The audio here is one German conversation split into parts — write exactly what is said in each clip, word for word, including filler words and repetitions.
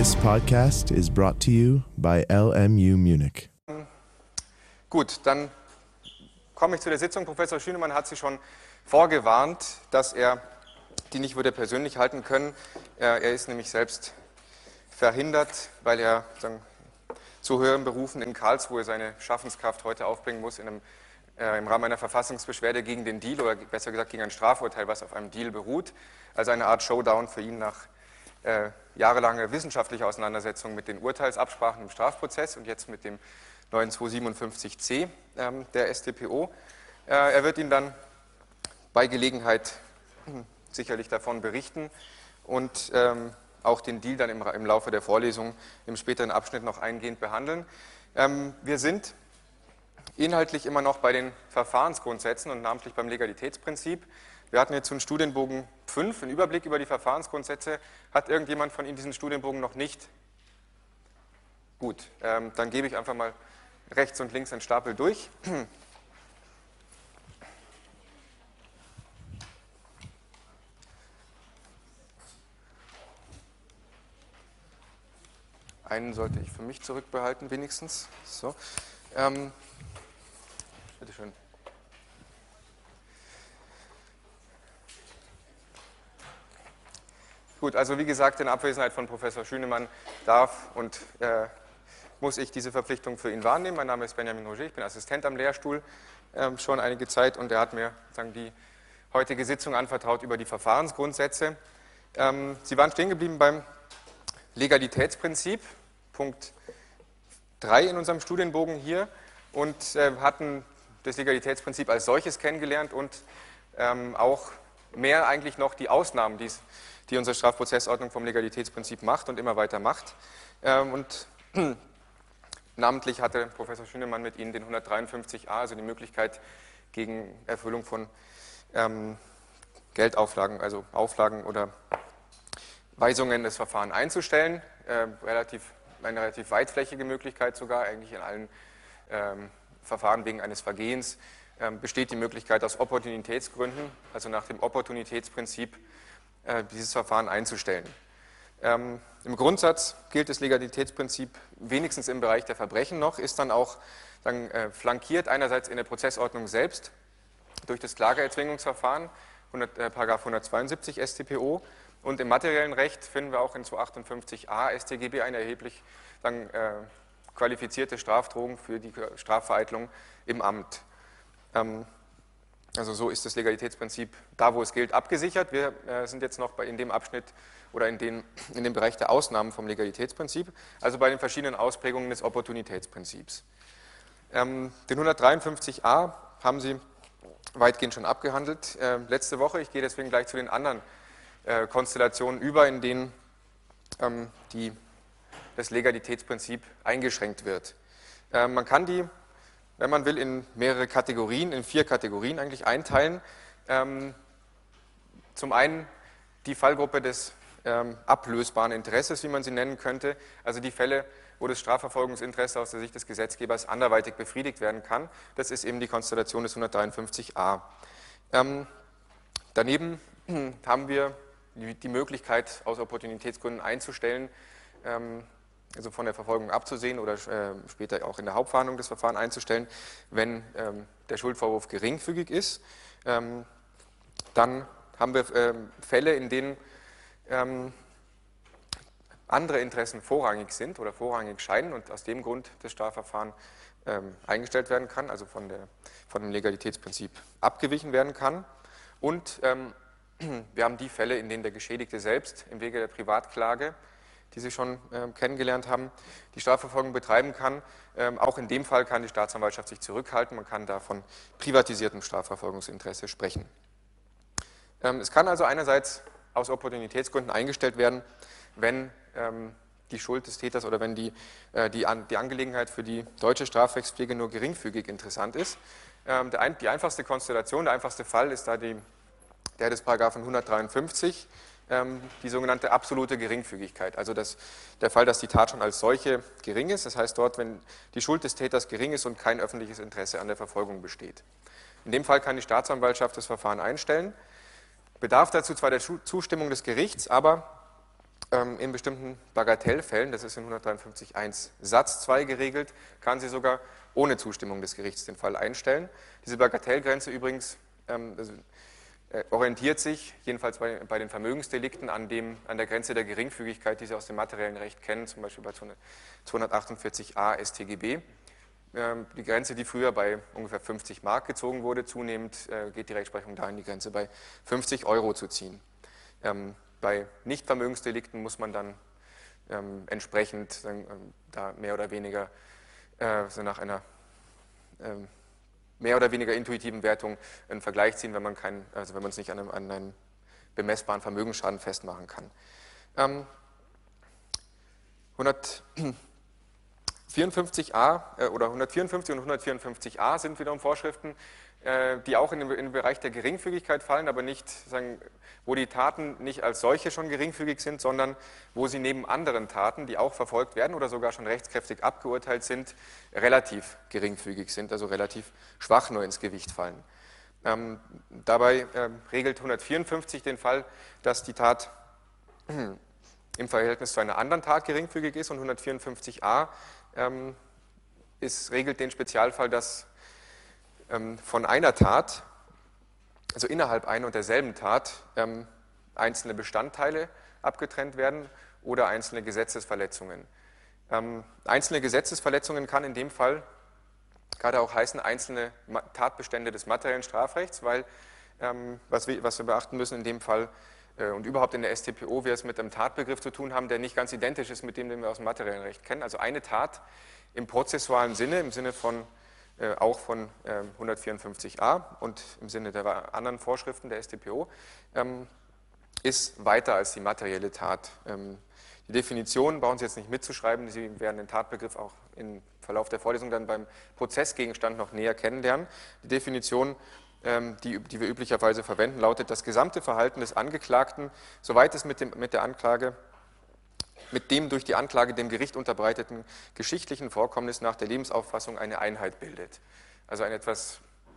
This podcast is brought to you by L M U Munich. Gut, dann komme ich zu der Sitzung. Professor Schünemann hat Sie schon vorgewarnt, dass er die nicht würde persönlich halten können. Er, er ist nämlich selbst verhindert, weil er sagen, zu höheren Berufen in Karlsruhe seine Schaffenskraft heute aufbringen muss in einem, äh, im Rahmen einer Verfassungsbeschwerde gegen den Deal oder besser gesagt gegen ein Strafurteil, was auf einem Deal beruht. Also eine Art Showdown für ihn nach äh, jahrelanger wissenschaftlicher Auseinandersetzung mit den Urteilsabsprachen im Strafprozess und jetzt mit dem neuen zweihundertsiebenundfünfzig c ähm, der S t P O. Äh, er wird Ihnen dann bei Gelegenheit hm, sicherlich davon berichten und ähm, auch den Deal dann im, im Laufe der Vorlesung im späteren Abschnitt noch eingehend behandeln. Ähm, wir sind inhaltlich immer noch bei den Verfahrensgrundsätzen und namentlich beim Legalitätsprinzip. Wir hatten jetzt einen Studienbogen fünf, einen Überblick über die Verfahrensgrundsätze. Hat irgendjemand von Ihnen diesen Studienbogen noch nicht? Gut, ähm, dann gebe ich einfach mal rechts und links einen Stapel durch. Einen sollte ich für mich zurückbehalten, wenigstens. So. Ähm, bitte schön. Gut, also wie gesagt, in Abwesenheit von Professor Schünemann darf und äh, muss ich diese Verpflichtung für ihn wahrnehmen. Mein Name ist Benjamin Roger, ich bin Assistent am Lehrstuhl äh, schon einige Zeit und er hat mir sagen, die heutige Sitzung anvertraut über die Verfahrensgrundsätze. Ähm, Sie waren stehen geblieben beim Legalitätsprinzip. Punkt drei in unserem Studienbogen hier und äh, hatten das Legalitätsprinzip als solches kennengelernt und ähm, auch mehr eigentlich noch die Ausnahmen, die's, die unsere Strafprozessordnung vom Legalitätsprinzip macht und immer weiter macht. Ähm, und äh, namentlich hatte Professor Schünemann mit Ihnen den hundertdreiundfünfzig a, also die Möglichkeit gegen Erfüllung von ähm, Geldauflagen, also Auflagen oder Weisungen des Verfahrens einzustellen, äh, relativ eine relativ weitflächige Möglichkeit sogar, eigentlich in allen ähm, Verfahren wegen eines Vergehens, ähm, besteht die Möglichkeit aus Opportunitätsgründen, also nach dem Opportunitätsprinzip, äh, dieses Verfahren einzustellen. Ähm, Im Grundsatz gilt das Legalitätsprinzip wenigstens im Bereich der Verbrechen noch, ist dann auch dann, äh, flankiert einerseits in der Prozessordnung selbst durch das Klageerzwingungsverfahren, hundert, äh, Paragraph hundertzweiundsiebzig S t P O, und im materiellen Recht finden wir auch in zweihundertachtundfünfzig a S t G B eine erheblich dann, äh, qualifizierte Strafdrohung für die Strafvereitlung im Amt. Ähm, also so ist das Legalitätsprinzip da, wo es gilt, abgesichert. Wir äh, sind jetzt noch bei, in dem Abschnitt oder in, den, in dem Bereich der Ausnahmen vom Legalitätsprinzip, also bei den verschiedenen Ausprägungen des Opportunitätsprinzips. Ähm, den hundertdreiundfünfzig a haben Sie weitgehend schon abgehandelt äh, letzte Woche. Ich gehe deswegen gleich zu den anderen Konstellationen über, in denen ähm, die, das Legalitätsprinzip eingeschränkt wird. Ähm, man kann die, wenn man will, in mehrere Kategorien, in vier Kategorien eigentlich einteilen. Ähm, zum einen die Fallgruppe des ähm, ablösbaren Interesses, wie man sie nennen könnte, also die Fälle, wo das Strafverfolgungsinteresse aus der Sicht des Gesetzgebers anderweitig befriedigt werden kann. Das ist eben die Konstellation des hundertdreiundfünfzig a. Ähm, daneben haben wir die Möglichkeit, aus Opportunitätsgründen einzustellen, also von der Verfolgung abzusehen oder später auch in der Hauptverhandlung das Verfahren einzustellen, wenn der Schuldvorwurf geringfügig ist. Dann haben wir Fälle, in denen andere Interessen vorrangig sind oder vorrangig scheinen und aus dem Grund das Strafverfahren eingestellt werden kann, also von, der, von dem Legalitätsprinzip abgewichen werden kann. Und wir haben die Fälle, in denen der Geschädigte selbst im Wege der Privatklage, die Sie schon äh, kennengelernt haben, die Strafverfolgung betreiben kann. Ähm, auch in dem Fall kann die Staatsanwaltschaft sich zurückhalten. Man kann da von privatisiertem Strafverfolgungsinteresse sprechen. Ähm, es kann also einerseits aus Opportunitätsgründen eingestellt werden, wenn ähm, die Schuld des Täters oder wenn die, äh, die, an, die Angelegenheit für die deutsche Strafrechtspflege nur geringfügig interessant ist. Ähm, der ein, die einfachste Konstellation, der einfachste Fall ist da die der des Paragraphen hundertdreiundfünfzig, ähm, die sogenannte absolute Geringfügigkeit. Also das, der Fall, dass die Tat schon als solche gering ist, das heißt dort, wenn die Schuld des Täters gering ist und kein öffentliches Interesse an der Verfolgung besteht. In dem Fall kann die Staatsanwaltschaft das Verfahren einstellen, bedarf dazu zwar der Zustimmung des Gerichts, aber ähm, in bestimmten Bagatellfällen, das ist in hundertdreiundfünfzig Absatz eins Satz zwei geregelt, kann sie sogar ohne Zustimmung des Gerichts den Fall einstellen. Diese Bagatellgrenze übrigens ähm, also, äh, orientiert sich, jedenfalls bei, bei den Vermögensdelikten, an, dem, an der Grenze der Geringfügigkeit, die Sie aus dem materiellen Recht kennen, zum Beispiel bei zweihundertachtundvierzig a S t G B. Ähm, die Grenze, die früher bei ungefähr fünfzig Mark gezogen wurde, zunehmend äh, geht die Rechtsprechung dahin, die Grenze bei fünfzig Euro zu ziehen. Ähm, bei Nichtvermögensdelikten muss man dann ähm, entsprechend sagen, ähm, da mehr oder weniger äh, so nach einer ähm, mehr oder weniger intuitiven Wertung einen Vergleich ziehen, wenn man kein, also wenn man es nicht an einem, an einem bemessbaren Vermögensschaden festmachen kann. Ähm, hundertvierundfünfzig a äh, oder hundertvierundfünfzig und hundertvierundfünfzig a sind wiederum Vorschriften, äh, die auch in den, in den Bereich der Geringfügigkeit fallen, aber nicht, sagen, wo die Taten nicht als solche schon geringfügig sind, sondern wo sie neben anderen Taten, die auch verfolgt werden oder sogar schon rechtskräftig abgeurteilt sind, relativ geringfügig sind, also relativ schwach nur ins Gewicht fallen. Ähm, dabei ähm, regelt hundertvierundfünfzig den Fall, dass die Tat im Verhältnis zu einer anderen Tat geringfügig ist, und hundertvierundfünfzig a ähm, ist, regelt den Spezialfall, dass ähm, von einer Tat, also innerhalb einer und derselben Tat, ähm, einzelne Bestandteile abgetrennt werden oder einzelne Gesetzesverletzungen. Ähm, einzelne Gesetzesverletzungen kann in dem Fall gerade auch heißen einzelne Tatbestände des materiellen Strafrechts, weil ähm, was, wir, was wir beachten müssen in dem Fall äh, und überhaupt in der S t P O wir es mit einem Tatbegriff zu tun haben, der nicht ganz identisch ist mit dem, den wir aus dem materiellen Recht kennen. Also eine Tat im prozessualen Sinne, im Sinne von Äh, auch von äh, hundertvierundfünfzig a und im Sinne der anderen Vorschriften der S t P O, ähm, ist weiter als die materielle Tat. Ähm, die Definition brauchen Sie jetzt nicht mitzuschreiben, Sie werden den Tatbegriff auch im Verlauf der Vorlesung dann beim Prozessgegenstand noch näher kennenlernen. Die Definition, ähm, die, die wir üblicherweise verwenden, lautet: Das gesamte Verhalten des Angeklagten, soweit es mit, dem, mit der Anklage mit dem durch die Anklage dem Gericht unterbreiteten geschichtlichen Vorkommnis nach der Lebensauffassung eine Einheit bildet. Also eine etwas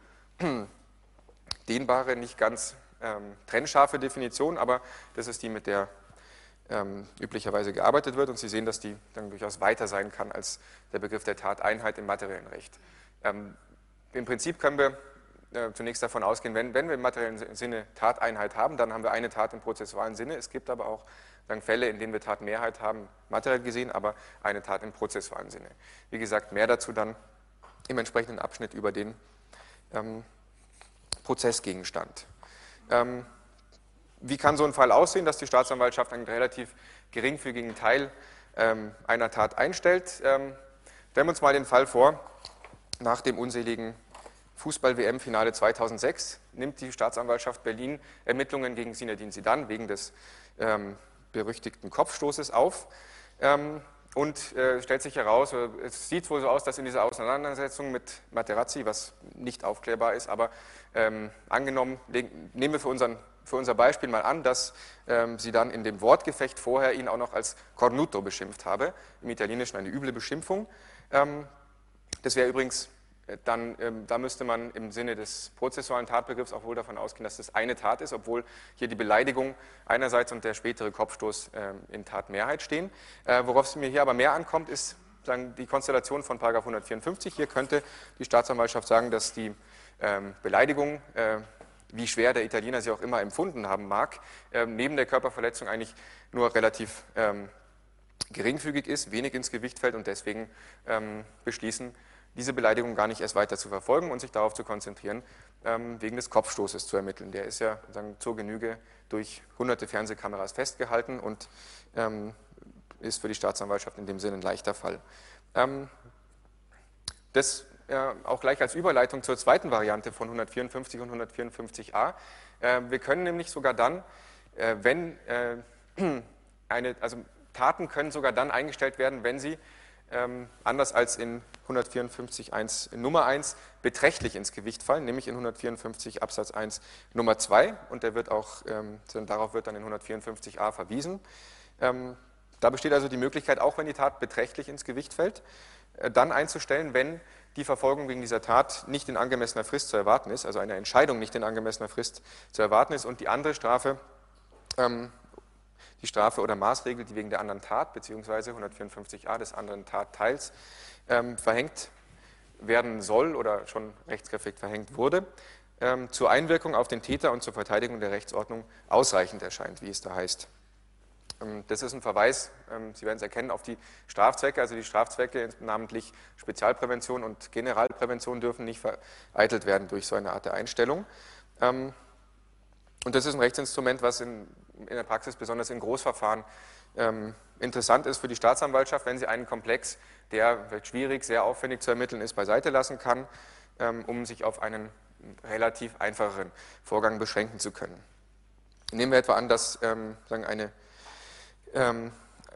dehnbare, nicht ganz ähm, trennscharfe Definition, aber das ist die, mit der ähm, üblicherweise gearbeitet wird, und Sie sehen, dass die dann durchaus weiter sein kann als der Begriff der Tateinheit im materiellen Recht. Ähm, Im Prinzip können wir äh, zunächst davon ausgehen, wenn, wenn wir im materiellen Sinne Tateinheit haben, dann haben wir eine Tat im prozessualen Sinne. Es gibt aber auch dann Fälle, in denen wir Tatmehrheit haben, materiell gesehen, aber eine Tat im prozessualen Sinne. Wie gesagt, mehr dazu dann im entsprechenden Abschnitt über den ähm, Prozessgegenstand. Ähm, wie kann so ein Fall aussehen, dass die Staatsanwaltschaft einen relativ geringfügigen Teil ähm, einer Tat einstellt? Ähm, stellen wir uns mal den Fall vor, nach dem unseligen Fußball-W M-Finale zweitausendsechs nimmt die Staatsanwaltschaft Berlin Ermittlungen gegen Zinedine Zidane wegen des ähm, berüchtigten Kopfstoßes auf ähm, und äh, stellt sich heraus, es sieht wohl so aus, dass in dieser Auseinandersetzung mit Materazzi, was nicht aufklärbar ist, aber ähm, angenommen, nehmen wir für, unseren, für unser Beispiel mal an, dass ähm, sie dann in dem Wortgefecht vorher ihn auch noch als Cornuto beschimpft habe, im Italienischen eine üble Beschimpfung. Ähm, das wäre übrigens dann ähm, da müsste man im Sinne des prozessualen Tatbegriffs auch wohl davon ausgehen, dass das eine Tat ist, obwohl hier die Beleidigung einerseits und der spätere Kopfstoß ähm, in Tatmehrheit stehen. Äh, worauf es mir hier aber mehr ankommt, ist sagen, die Konstellation von Paragraph hundertvierundfünfzig. Hier könnte die Staatsanwaltschaft sagen, dass die ähm, Beleidigung, äh, wie schwer der Italiener sie auch immer empfunden haben mag, äh, neben der Körperverletzung eigentlich nur relativ ähm, geringfügig ist, wenig ins Gewicht fällt, und deswegen ähm, beschließen, diese Beleidigung gar nicht erst weiter zu verfolgen und sich darauf zu konzentrieren, ähm, wegen des Kopfstoßes zu ermitteln. Der ist ja sagen, zur Genüge durch hunderte Fernsehkameras festgehalten und ähm, ist für die Staatsanwaltschaft in dem Sinne ein leichter Fall. Ähm, das äh, auch gleich als Überleitung zur zweiten Variante von hundertvierundfünfzig und hundertvierundfünfzig a. Äh, wir können nämlich sogar dann, äh, wenn äh, eine, also Taten können sogar dann eingestellt werden, wenn sie Ähm, anders als in hundertvierundfünfzig eins Nummer eins beträchtlich ins Gewicht fallen, nämlich in hundertvierundfünfzig Absatz eins Nummer zwei, und der wird auch, ähm, darauf wird dann in hundertvierundfünfzig a verwiesen. Ähm, da besteht also die Möglichkeit, auch wenn die Tat beträchtlich ins Gewicht fällt, äh, dann einzustellen, wenn die Verfolgung wegen dieser Tat nicht in angemessener Frist zu erwarten ist, also eine Entscheidung nicht in angemessener Frist zu erwarten ist und die andere Strafe ähm, die Strafe oder Maßregel, die wegen der anderen Tat bzw. hundertvierundfünfzig a des anderen Tatteils ähm, verhängt werden soll oder schon rechtskräftig verhängt wurde, ähm, zur Einwirkung auf den Täter und zur Verteidigung der Rechtsordnung ausreichend erscheint, wie es da heißt. Ähm, das ist ein Verweis, ähm, Sie werden es erkennen, auf die Strafzwecke. Also die Strafzwecke, namentlich Spezialprävention und Generalprävention, dürfen nicht vereitelt werden durch so eine Art der Einstellung. Ähm, und das ist ein Rechtsinstrument, was in, in der Praxis besonders in Großverfahren ähm, interessant ist für die Staatsanwaltschaft, wenn sie einen Komplex, der vielleicht schwierig, sehr aufwendig zu ermitteln ist, beiseite lassen kann, ähm, um sich auf einen relativ einfacheren Vorgang beschränken zu können. Nehmen wir etwa an, dass ähm, sagen eine, ähm,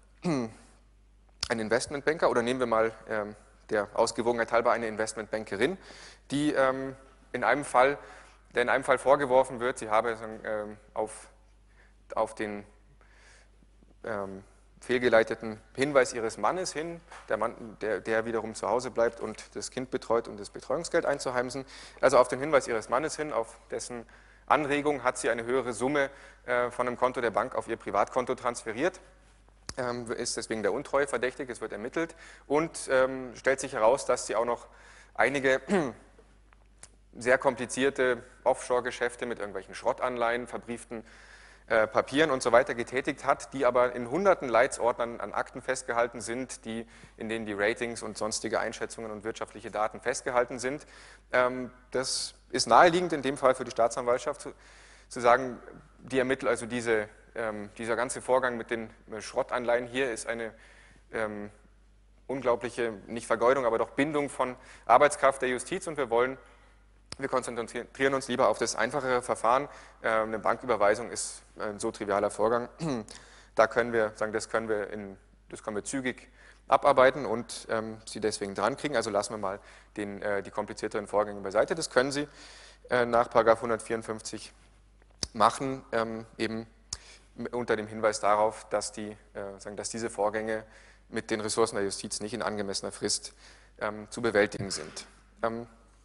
ein Investmentbanker, oder nehmen wir mal ähm, der Ausgewogenheit halber eine Investmentbankerin, die ähm, in einem Fall, der in einem Fall vorgeworfen wird, sie habe sagen, ähm, auf, auf den ähm, fehlgeleiteten Hinweis ihres Mannes hin, der, Mann, der, der wiederum zu Hause bleibt und das Kind betreut, um das Betreuungsgeld einzuheimsen. Also auf den Hinweis ihres Mannes hin, auf dessen Anregung hat sie eine höhere Summe äh, von einem Konto der Bank auf ihr Privatkonto transferiert, ähm, ist deswegen der Untreue verdächtig, es wird ermittelt und ähm, stellt sich heraus, dass sie auch noch einige sehr komplizierte Offshore-Geschäfte mit irgendwelchen Schrottanleihen, verbrieften Papieren und so weiter getätigt hat, die aber in hunderten Leitsordnern an Akten festgehalten sind, die, in denen die Ratings und sonstige Einschätzungen und wirtschaftliche Daten festgehalten sind. Das ist naheliegend in dem Fall für die Staatsanwaltschaft zu, zu sagen, die ermittelt also diese, dieser ganze Vorgang mit den Schrottanleihen hier ist eine ähm, unglaubliche, nicht Vergeudung, aber doch Bindung von Arbeitskraft der Justiz und wir wollen Wir konzentrieren uns lieber auf das einfachere Verfahren. Eine Banküberweisung ist ein so trivialer Vorgang. Da können wir sagen, das können wir, in, das können wir zügig abarbeiten und ähm, Sie deswegen dran kriegen. Also lassen wir mal den, äh, die komplizierteren Vorgänge beiseite. Das können Sie äh, nach Paragraph hundertvierundfünfzig machen, ähm, eben unter dem Hinweis darauf, dass, die, äh, sagen, dass diese Vorgänge mit den Ressourcen der Justiz nicht in angemessener Frist ähm, zu bewältigen sind. Ähm,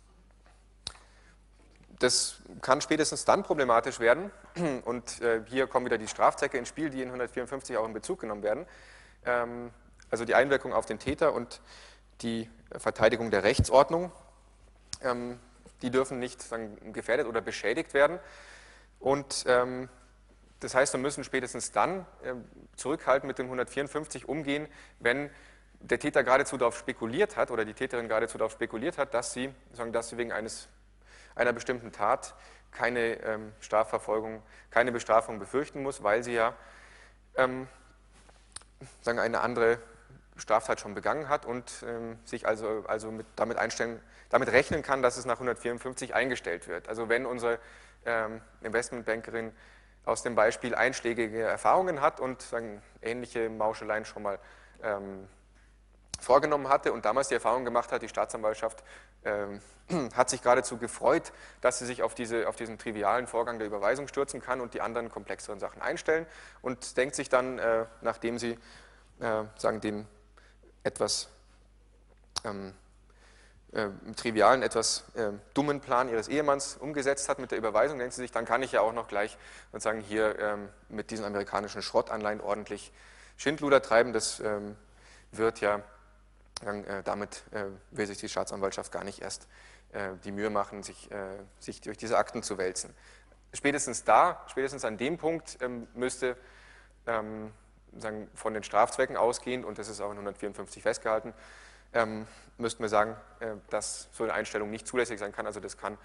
Das kann spätestens dann problematisch werden und äh, hier kommen wieder die Strafzwecke ins Spiel, die in hundertvierundfünfzig auch in Bezug genommen werden. Ähm, also die Einwirkung auf den Täter und die Verteidigung der Rechtsordnung, ähm, die dürfen nicht sagen, gefährdet oder beschädigt werden. Und ähm, das heißt, wir müssen spätestens dann äh, zurückhaltend mit dem hundertvierundfünfzig umgehen, wenn der Täter geradezu darauf spekuliert hat oder die Täterin geradezu darauf spekuliert hat, dass sie, sagen, dass sie wegen eines einer bestimmten Tat keine ähm, Strafverfolgung, keine Bestrafung befürchten muss, weil sie ja ähm, sagen, eine andere Straftat schon begangen hat und ähm, sich also, also mit, damit, einstellen, damit rechnen kann, dass es nach hundertvierundfünfzig eingestellt wird. Also wenn unsere ähm, Investmentbankerin aus dem Beispiel einschlägige Erfahrungen hat und sagen, ähnliche Mauscheleien schon mal ähm, vorgenommen hatte und damals die Erfahrung gemacht hat, die Staatsanwaltschaft ähm, hat sich geradezu gefreut, dass sie sich auf, diese, auf diesen trivialen Vorgang der Überweisung stürzen kann und die anderen komplexeren Sachen einstellen und denkt sich dann, äh, nachdem sie äh, sagen, den etwas ähm, äh, trivialen, etwas äh, dummen Plan ihres Ehemanns umgesetzt hat mit der Überweisung, denkt sie sich, dann kann ich ja auch noch gleich sozusagen hier ähm, mit diesen amerikanischen Schrottanleihen ordentlich Schindluder treiben. Das ähm, wird ja Dann, äh, damit äh, will sich die Staatsanwaltschaft gar nicht erst äh, die Mühe machen, sich, äh, sich durch diese Akten zu wälzen. Spätestens da, spätestens an dem Punkt ähm, müsste ähm, sagen, von den Strafzwecken ausgehend, und das ist auch in hundertvierundfünfzig festgehalten, ähm, müssten wir sagen, äh, dass so eine Einstellung nicht zulässig sein kann. Also das kann,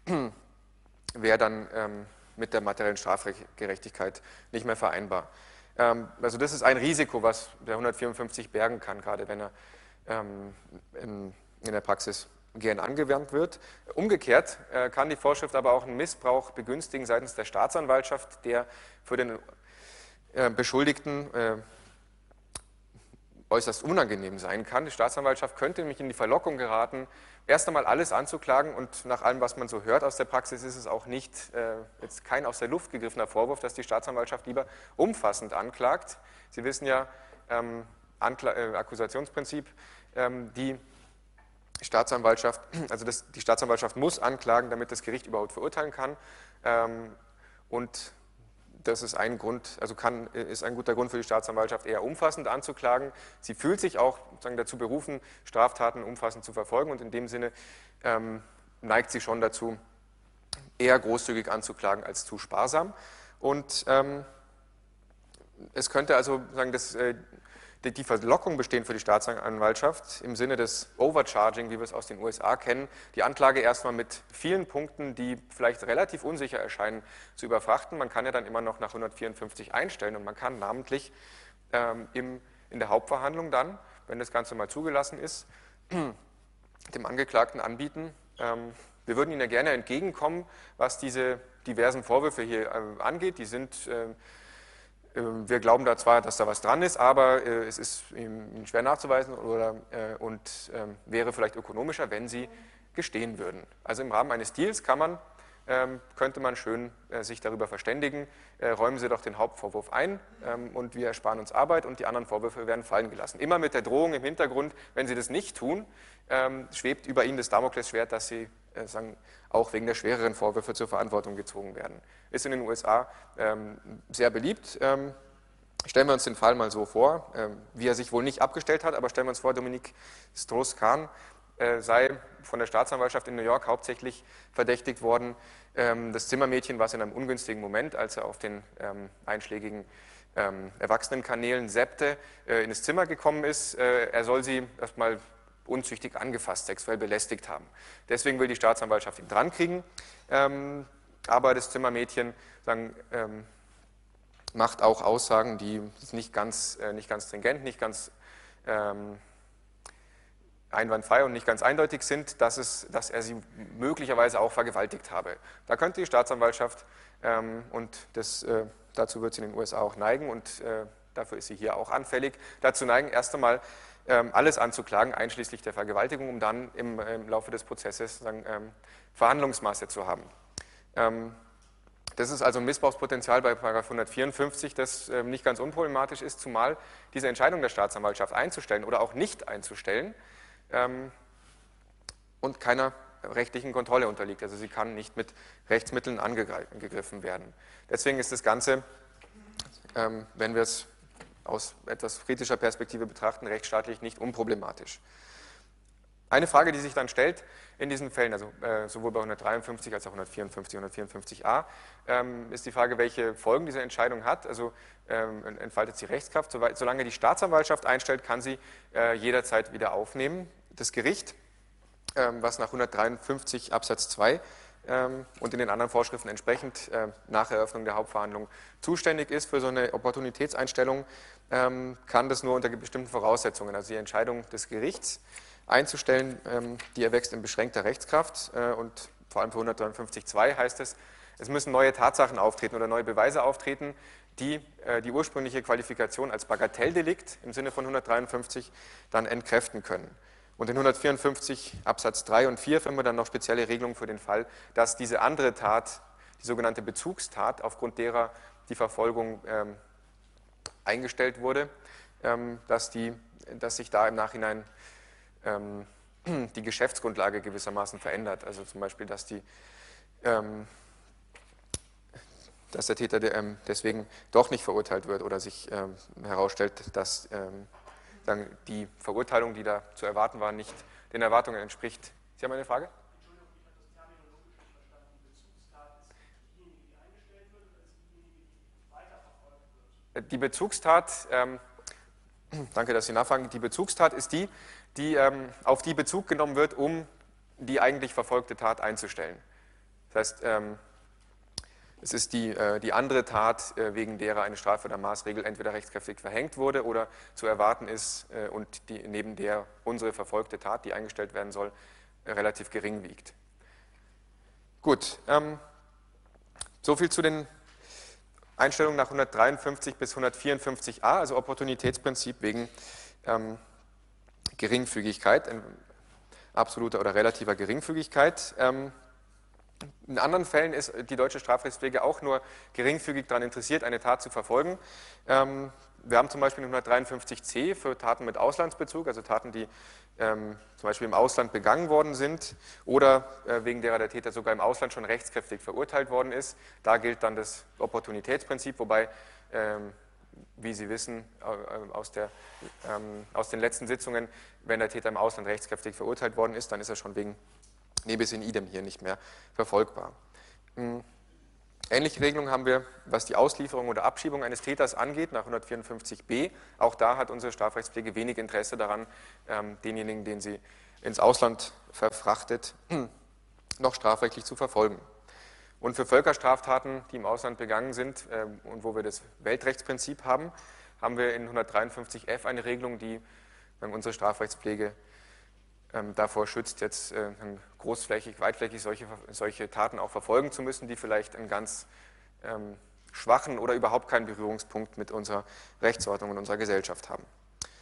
wäre dann ähm, mit der materiellen Strafgerechtigkeit nicht mehr vereinbar. Ähm, also das ist ein Risiko, was der hundertvierundfünfzig bergen kann, gerade wenn er in der Praxis gern angewandt wird. Umgekehrt kann die Vorschrift aber auch einen Missbrauch begünstigen seitens der Staatsanwaltschaft, der für den Beschuldigten äußerst unangenehm sein kann. Die Staatsanwaltschaft könnte nämlich in die Verlockung geraten, erst einmal alles anzuklagen und nach allem, was man so hört aus der Praxis, ist es auch nicht, jetzt kein aus der Luft gegriffener Vorwurf, dass die Staatsanwaltschaft lieber umfassend anklagt. Sie wissen ja, Ankla äh, Akkusationsprinzip, ähm, die Staatsanwaltschaft, also das, die Staatsanwaltschaft muss anklagen, damit das Gericht überhaupt verurteilen kann. Ähm, und das ist ein Grund, also kann, ist ein guter Grund für die Staatsanwaltschaft, eher umfassend anzuklagen. Sie fühlt sich auch sozusagen dazu berufen, Straftaten umfassend zu verfolgen und in dem Sinne ähm, neigt sie schon dazu, eher großzügig anzuklagen als zu sparsam. Und ähm, es könnte also sagen, dass äh, die, die Verlockung bestehen für die Staatsanwaltschaft im Sinne des Overcharging, wie wir es aus den U S A kennen, die Anklage erstmal mit vielen Punkten, die vielleicht relativ unsicher erscheinen, zu überfrachten. Man kann ja dann immer noch nach hundertvierundfünfzig einstellen und man kann namentlich ähm, im, in der Hauptverhandlung dann, wenn das Ganze mal zugelassen ist, dem Angeklagten anbieten, ähm, wir würden Ihnen ja gerne entgegenkommen, was diese diversen Vorwürfe hier äh, angeht. Die sind äh, Wir glauben da zwar, dass da was dran ist, aber äh, es ist Ihnen schwer nachzuweisen oder, äh, und äh, wäre vielleicht ökonomischer, wenn Sie gestehen würden. Also im Rahmen eines Deals kann man, äh, könnte man schön äh, sich darüber verständigen, äh, räumen Sie doch den Hauptvorwurf ein ähm, und wir ersparen uns Arbeit und die anderen Vorwürfe werden fallen gelassen. Immer mit der Drohung im Hintergrund, wenn Sie das nicht tun, ähm, schwebt über Ihnen das Damoklesschwert, dass Sie äh, sagen, auch wegen der schwereren Vorwürfe zur Verantwortung gezogen werden. Ist in den U S A ähm, sehr beliebt. Ähm, stellen wir uns den Fall mal so vor, ähm, wie er sich wohl nicht abgestellt hat, aber stellen wir uns vor, Dominique Strauss-Kahn äh, sei von der Staatsanwaltschaft in New York hauptsächlich verdächtigt worden, ähm, das Zimmermädchen, was in einem ungünstigen Moment, als er auf den ähm, einschlägigen ähm, Erwachsenenkanälen seppte, äh, in das Zimmer gekommen ist. Äh, er soll sie erstmal unzüchtig angefasst, sexuell belästigt haben. Deswegen will die Staatsanwaltschaft ihn drankriegen, ähm, aber das Zimmermädchen sagen, ähm, macht auch Aussagen, die nicht ganz, äh, nicht ganz stringent, nicht ganz ähm, einwandfrei und nicht ganz eindeutig sind, dass, es, dass er sie möglicherweise auch vergewaltigt habe. Da könnte die Staatsanwaltschaft, ähm, und das, äh, dazu wird sie in den U S A auch neigen und äh, dafür ist sie hier auch anfällig, dazu neigen, erst einmal alles anzuklagen, einschließlich der Vergewaltigung, um dann im, im Laufe des Prozesses sagen, ähm, Verhandlungsmasse zu haben. Ähm, das ist also ein Missbrauchspotenzial bei Paragraph hundertvierundfünfzig, das ähm, nicht ganz unproblematisch ist, zumal diese Entscheidung der Staatsanwaltschaft einzustellen oder auch nicht einzustellen ähm, und keiner rechtlichen Kontrolle unterliegt. Also sie kann nicht mit Rechtsmitteln angegriffen werden. Deswegen ist das Ganze, ähm, wenn wir es aus etwas kritischer Perspektive betrachten, rechtsstaatlich nicht unproblematisch. Eine Frage, die sich dann stellt in diesen Fällen, also äh, sowohl bei hundertdreiundfünfzig als auch hundertvierundfünfzig, hundertvierundfünfzig a, ähm, ist die Frage, welche Folgen diese Entscheidung hat. Also ähm, entfaltet sie Rechtskraft. Soweit, solange die Staatsanwaltschaft einstellt, kann sie äh, jederzeit wieder aufnehmen. Das Gericht, ähm, was nach hundertdreiundfünfzig Absatz zwei ähm, und in den anderen Vorschriften entsprechend äh, nach Eröffnung der Hauptverhandlung zuständig ist für so eine Opportunitätseinstellung, ähm, kann das nur unter bestimmten Voraussetzungen, also die Entscheidung des Gerichts einzustellen, ähm, die erwächst in beschränkter Rechtskraft äh, und vor allem für hundertdreiundfünfzig Absatz zwei heißt es, es müssen neue Tatsachen auftreten oder neue Beweise auftreten, die äh, die ursprüngliche Qualifikation als Bagatelldelikt im Sinne von hundertdreiundfünfzig dann entkräften können. Und in hundertvierundfünfzig Absatz drei und vier finden wir dann noch spezielle Regelungen für den Fall, dass diese andere Tat, die sogenannte Bezugstat, aufgrund derer die Verfolgung ähm, eingestellt wurde, ähm, dass, die, dass sich da im Nachhinein ähm, die Geschäftsgrundlage gewissermaßen verändert. Also zum Beispiel, dass, die, ähm, dass der Täter de, ähm, deswegen doch nicht verurteilt wird oder sich ähm, herausstellt, dass ähm, dann die Verurteilung, die da zu erwarten war, nicht den Erwartungen entspricht. Sie haben eine Frage? Entschuldigung, ich habe das terminologisch nicht verstanden. Die Bezugstat ist diejenige, die eingestellt wird, oder ist diejenige, die weiterverfolgt wird? Die Bezugstat, ähm, danke, dass Sie nachfragen, die Bezugstat ist die, die ähm, auf die Bezug genommen wird, um die eigentlich verfolgte Tat einzustellen. Das heißt, ähm, es ist die, äh, die andere Tat, äh, wegen derer eine Strafe oder Maßregel entweder rechtskräftig verhängt wurde oder zu erwarten ist äh, und die, neben der unsere verfolgte Tat, die eingestellt werden soll, äh, relativ gering wiegt. Gut, ähm, soviel zu den Einstellungen nach hundertdreiundfünfzig bis hundertvierundfünfzig a, also Opportunitätsprinzip wegen ähm, Geringfügigkeit, äh, absoluter oder relativer Geringfügigkeit. Ähm, In anderen Fällen ist die deutsche Strafrechtspflege auch nur geringfügig daran interessiert, eine Tat zu verfolgen. Ähm, wir haben zum Beispiel hundertdreiundfünfzig c für Taten mit Auslandsbezug, also Taten, die ähm, zum Beispiel im Ausland begangen worden sind oder äh, wegen derer der Täter sogar im Ausland schon rechtskräftig verurteilt worden ist. Da gilt dann das Opportunitätsprinzip, wobei, ähm, wie Sie wissen, äh, aus, der, ähm, aus den letzten Sitzungen, wenn der Täter im Ausland rechtskräftig verurteilt worden ist, dann ist er schon wegen nebis in idem hier nicht mehr verfolgbar. Mhm. Ähnliche Regelungen haben wir, was die Auslieferung oder Abschiebung eines Täters angeht, nach hundertvierundfünfzig b. Auch da hat unsere Strafrechtspflege wenig Interesse daran, ähm, denjenigen, den sie ins Ausland verfrachtet, noch strafrechtlich zu verfolgen. Und für Völkerstraftaten, die im Ausland begangen sind äh, und wo wir das Weltrechtsprinzip haben, haben wir in hundertdreiundfünfzig f eine Regelung, die ähm, unsere Strafrechtspflege ähm, davor schützt, jetzt äh, großflächig, weitflächig solche, solche Taten auch verfolgen zu müssen, die vielleicht einen ganz ähm, schwachen oder überhaupt keinen Berührungspunkt mit unserer Rechtsordnung und unserer Gesellschaft haben.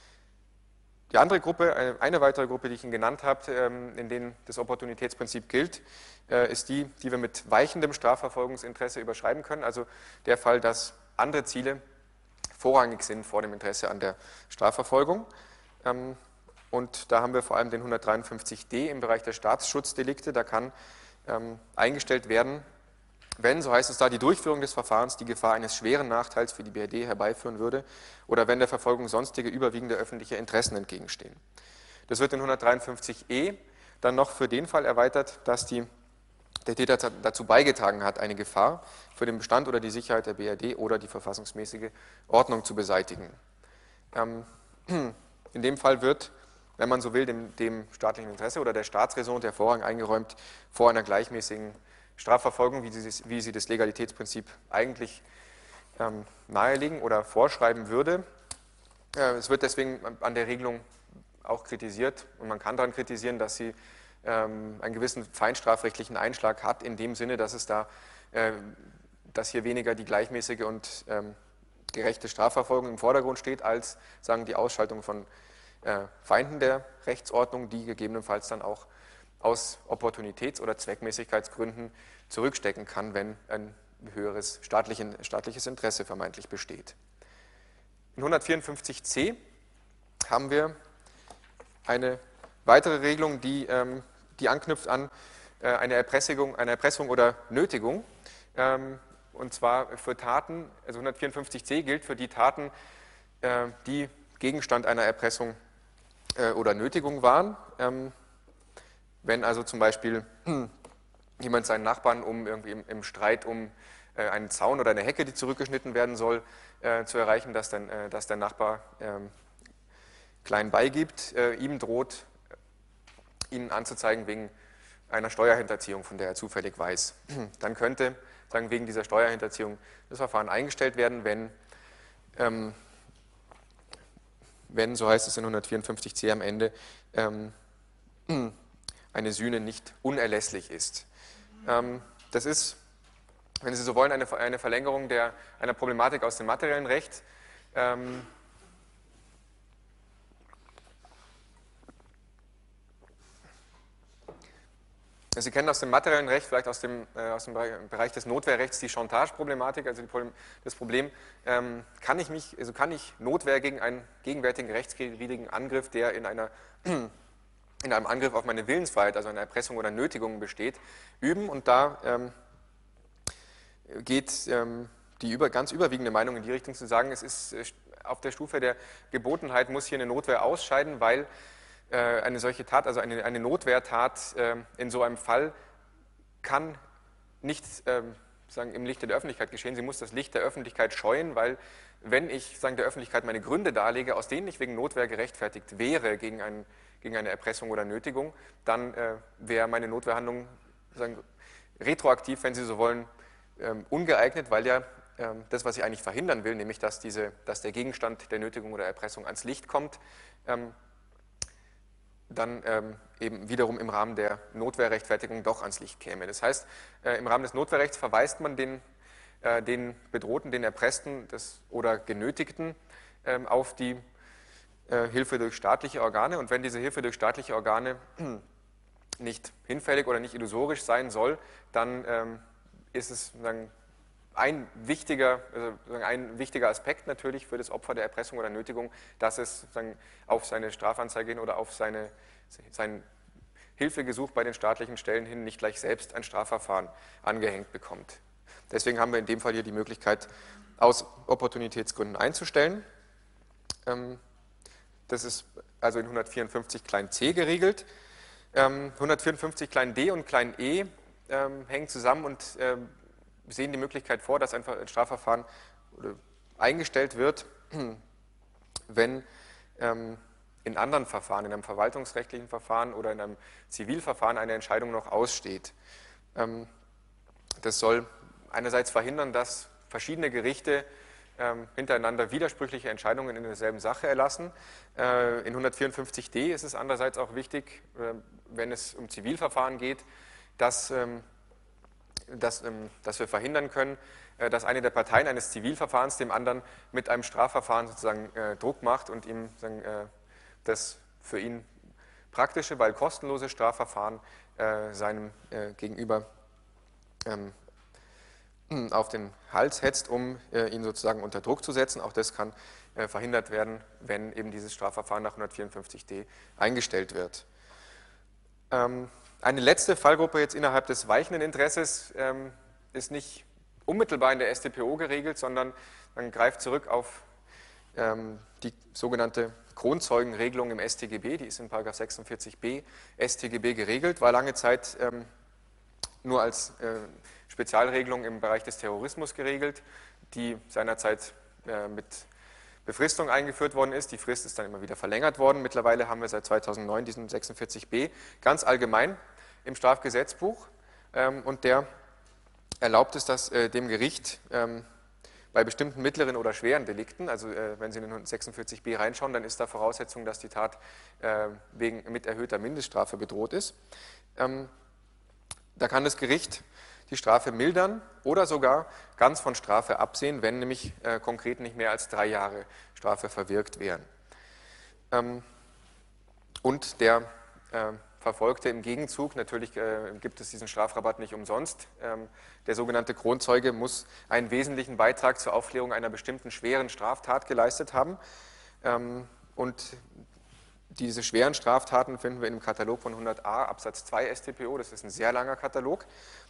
Die andere Gruppe, eine, eine weitere Gruppe, die ich Ihnen genannt habe, ähm, in denen das Opportunitätsprinzip gilt, äh, ist die, die wir mit weichendem Strafverfolgungsinteresse überschreiben können, also der Fall, dass andere Ziele vorrangig sind vor dem Interesse an der Strafverfolgung. Ähm, Und da haben wir vor allem den hundertdreiundfünfzig d im Bereich der Staatsschutzdelikte. Da kann ähm, eingestellt werden, wenn, so heißt es da, die Durchführung des Verfahrens die Gefahr eines schweren Nachteils für die B R D herbeiführen würde oder wenn der Verfolgung sonstige überwiegende öffentliche Interessen entgegenstehen. Das wird in hundertdreiundfünfzig e dann noch für den Fall erweitert, dass die, der Täter dazu beigetragen hat, eine Gefahr für den Bestand oder die Sicherheit der B R D oder die verfassungsmäßige Ordnung zu beseitigen. Ähm, in dem Fall wird, wenn man so will, dem, dem staatlichen Interesse oder der Staatsräson der Vorrang eingeräumt vor einer gleichmäßigen Strafverfolgung, wie sie, wie sie das Legalitätsprinzip eigentlich ähm, nahelegen oder vorschreiben würde. Äh, es wird deswegen an der Regelung auch kritisiert und man kann daran kritisieren, dass sie ähm, einen gewissen feinstrafrechtlichen Einschlag hat, in dem Sinne, dass es da, äh, dass hier weniger die gleichmäßige und ähm, gerechte Strafverfolgung im Vordergrund steht, als sagen die Ausschaltung von Feinden der Rechtsordnung, die gegebenenfalls dann auch aus Opportunitäts- oder Zweckmäßigkeitsgründen zurückstecken kann, wenn ein höheres staatliches Interesse vermeintlich besteht. In hundertvierundfünfzig c haben wir eine weitere Regelung, die, die anknüpft an eine Erpressung, eine Erpressung oder Nötigung, und zwar für Taten, also hundertvierundfünfzig c gilt für die Taten, die Gegenstand einer Erpressung oder Nötigung waren. Wenn also zum Beispiel jemand seinen Nachbarn um irgendwie im, im Streit um einen Zaun oder eine Hecke, die zurückgeschnitten werden soll, zu erreichen, dass, dann, dass der Nachbar klein beigibt, ihm droht, ihn anzuzeigen wegen einer Steuerhinterziehung, von der er zufällig weiß. Dann könnte sagen, wegen dieser Steuerhinterziehung das Verfahren eingestellt werden, wenn ähm, wenn, so heißt es in hundertvierundfünfzig c am Ende, ähm, eine Sühne nicht unerlässlich ist. Ähm, das ist, wenn Sie so wollen, eine, eine Verlängerung der, einer Problematik aus dem materiellen Recht. Ähm, Sie kennen aus dem materiellen Recht, vielleicht aus dem, äh, aus dem Bereich des Notwehrrechts, die Chantage-Problematik, also die Problem, das Problem, ähm, kann ich mich, also kann ich Notwehr gegen einen gegenwärtigen rechtswidrigen Angriff, der in, einer, in einem Angriff auf meine Willensfreiheit, also einer Erpressung oder Nötigung besteht, üben. Und da ähm, geht ähm, die über, ganz überwiegende Meinung in die Richtung zu sagen, es ist äh, auf der Stufe der Gebotenheit muss hier eine Notwehr ausscheiden, weil eine solche Tat, also eine, eine Notwehrtat äh, in so einem Fall kann nicht äh, sagen, im Lichte der Öffentlichkeit geschehen. Sie muss das Licht der Öffentlichkeit scheuen, weil wenn ich sagen, der Öffentlichkeit meine Gründe darlege, aus denen ich wegen Notwehr gerechtfertigt wäre gegen, ein, gegen eine Erpressung oder Nötigung, dann äh, wäre meine Notwehrhandlung sagen, retroaktiv, wenn Sie so wollen, äh, ungeeignet, weil ja äh, das, was ich eigentlich verhindern will, nämlich dass, diese, dass der Gegenstand der Nötigung oder Erpressung ans Licht kommt, ähm, dann ähm, eben wiederum im Rahmen der Notwehrrechtfertigung doch ans Licht käme. Das heißt, äh, im Rahmen des Notwehrrechts verweist man den, äh, den Bedrohten, den Erpressten des, oder Genötigten äh, auf die äh, Hilfe durch staatliche Organe. Und wenn diese Hilfe durch staatliche Organe nicht hinfällig oder nicht illusorisch sein soll, dann ähm, ist es sagen, ein wichtiger, also ein wichtiger Aspekt natürlich für das Opfer der Erpressung oder Nötigung, dass es sozusagen auf seine Strafanzeige hin oder auf seine, sein Hilfegesuch bei den staatlichen Stellen hin nicht gleich selbst ein Strafverfahren angehängt bekommt. Deswegen haben wir in dem Fall hier die Möglichkeit, aus Opportunitätsgründen einzustellen. Das ist also in hundertvierundfünfzig klein c geregelt. hundertvierundfünfzig klein d und klein e hängen zusammen und sehen die Möglichkeit vor, dass ein Strafverfahren eingestellt wird, wenn in anderen Verfahren, in einem verwaltungsrechtlichen Verfahren oder in einem Zivilverfahren eine Entscheidung noch aussteht. Das soll einerseits verhindern, dass verschiedene Gerichte hintereinander widersprüchliche Entscheidungen in derselben Sache erlassen. In hundertvierundfünfzig d ist es andererseits auch wichtig, wenn es um Zivilverfahren geht, dass, dass, dass wir verhindern können, dass eine der Parteien eines Zivilverfahrens dem anderen mit einem Strafverfahren sozusagen Druck macht und ihm das für ihn praktische, weil kostenlose Strafverfahren seinem Gegenüber auf den Hals hetzt, um äh, ihn sozusagen unter Druck zu setzen. Auch das kann äh, verhindert werden, wenn eben dieses Strafverfahren nach hundertvierundfünfzig d eingestellt wird. Ähm, eine letzte Fallgruppe jetzt innerhalb des weichenden Interesses ähm, ist nicht unmittelbar in der S t p o geregelt, sondern man greift zurück auf ähm, die sogenannte Kronzeugenregelung im S t G B, die ist in Paragraph sechsundvierzig b S t G B geregelt, war lange Zeit ähm, nur als äh, Spezialregelung im Bereich des Terrorismus geregelt, die seinerzeit äh, mit Befristung eingeführt worden ist. Die Frist ist dann immer wieder verlängert worden. Mittlerweile haben wir seit zweitausendneun diesen sechsundvierzig b ganz allgemein im Strafgesetzbuch ähm, und der erlaubt es, dass äh, dem Gericht ähm, bei bestimmten mittleren oder schweren Delikten, also äh, wenn Sie in den sechsundvierzig b reinschauen, dann ist da Voraussetzung, dass die Tat äh, wegen, mit erhöhter Mindeststrafe bedroht ist. Ähm, da kann das Gericht die Strafe mildern oder sogar ganz von Strafe absehen, wenn nämlich äh, konkret nicht mehr als drei Jahre Strafe verwirkt wären. Ähm, und der äh, Verfolgte im Gegenzug, natürlich äh, gibt es diesen Strafrabatt nicht umsonst, ähm, der sogenannte Kronzeuge muss einen wesentlichen Beitrag zur Aufklärung einer bestimmten schweren Straftat geleistet haben. Ähm, und diese schweren Straftaten finden wir im Katalog von hundert a Absatz zwei S t p o, das ist ein sehr langer Katalog.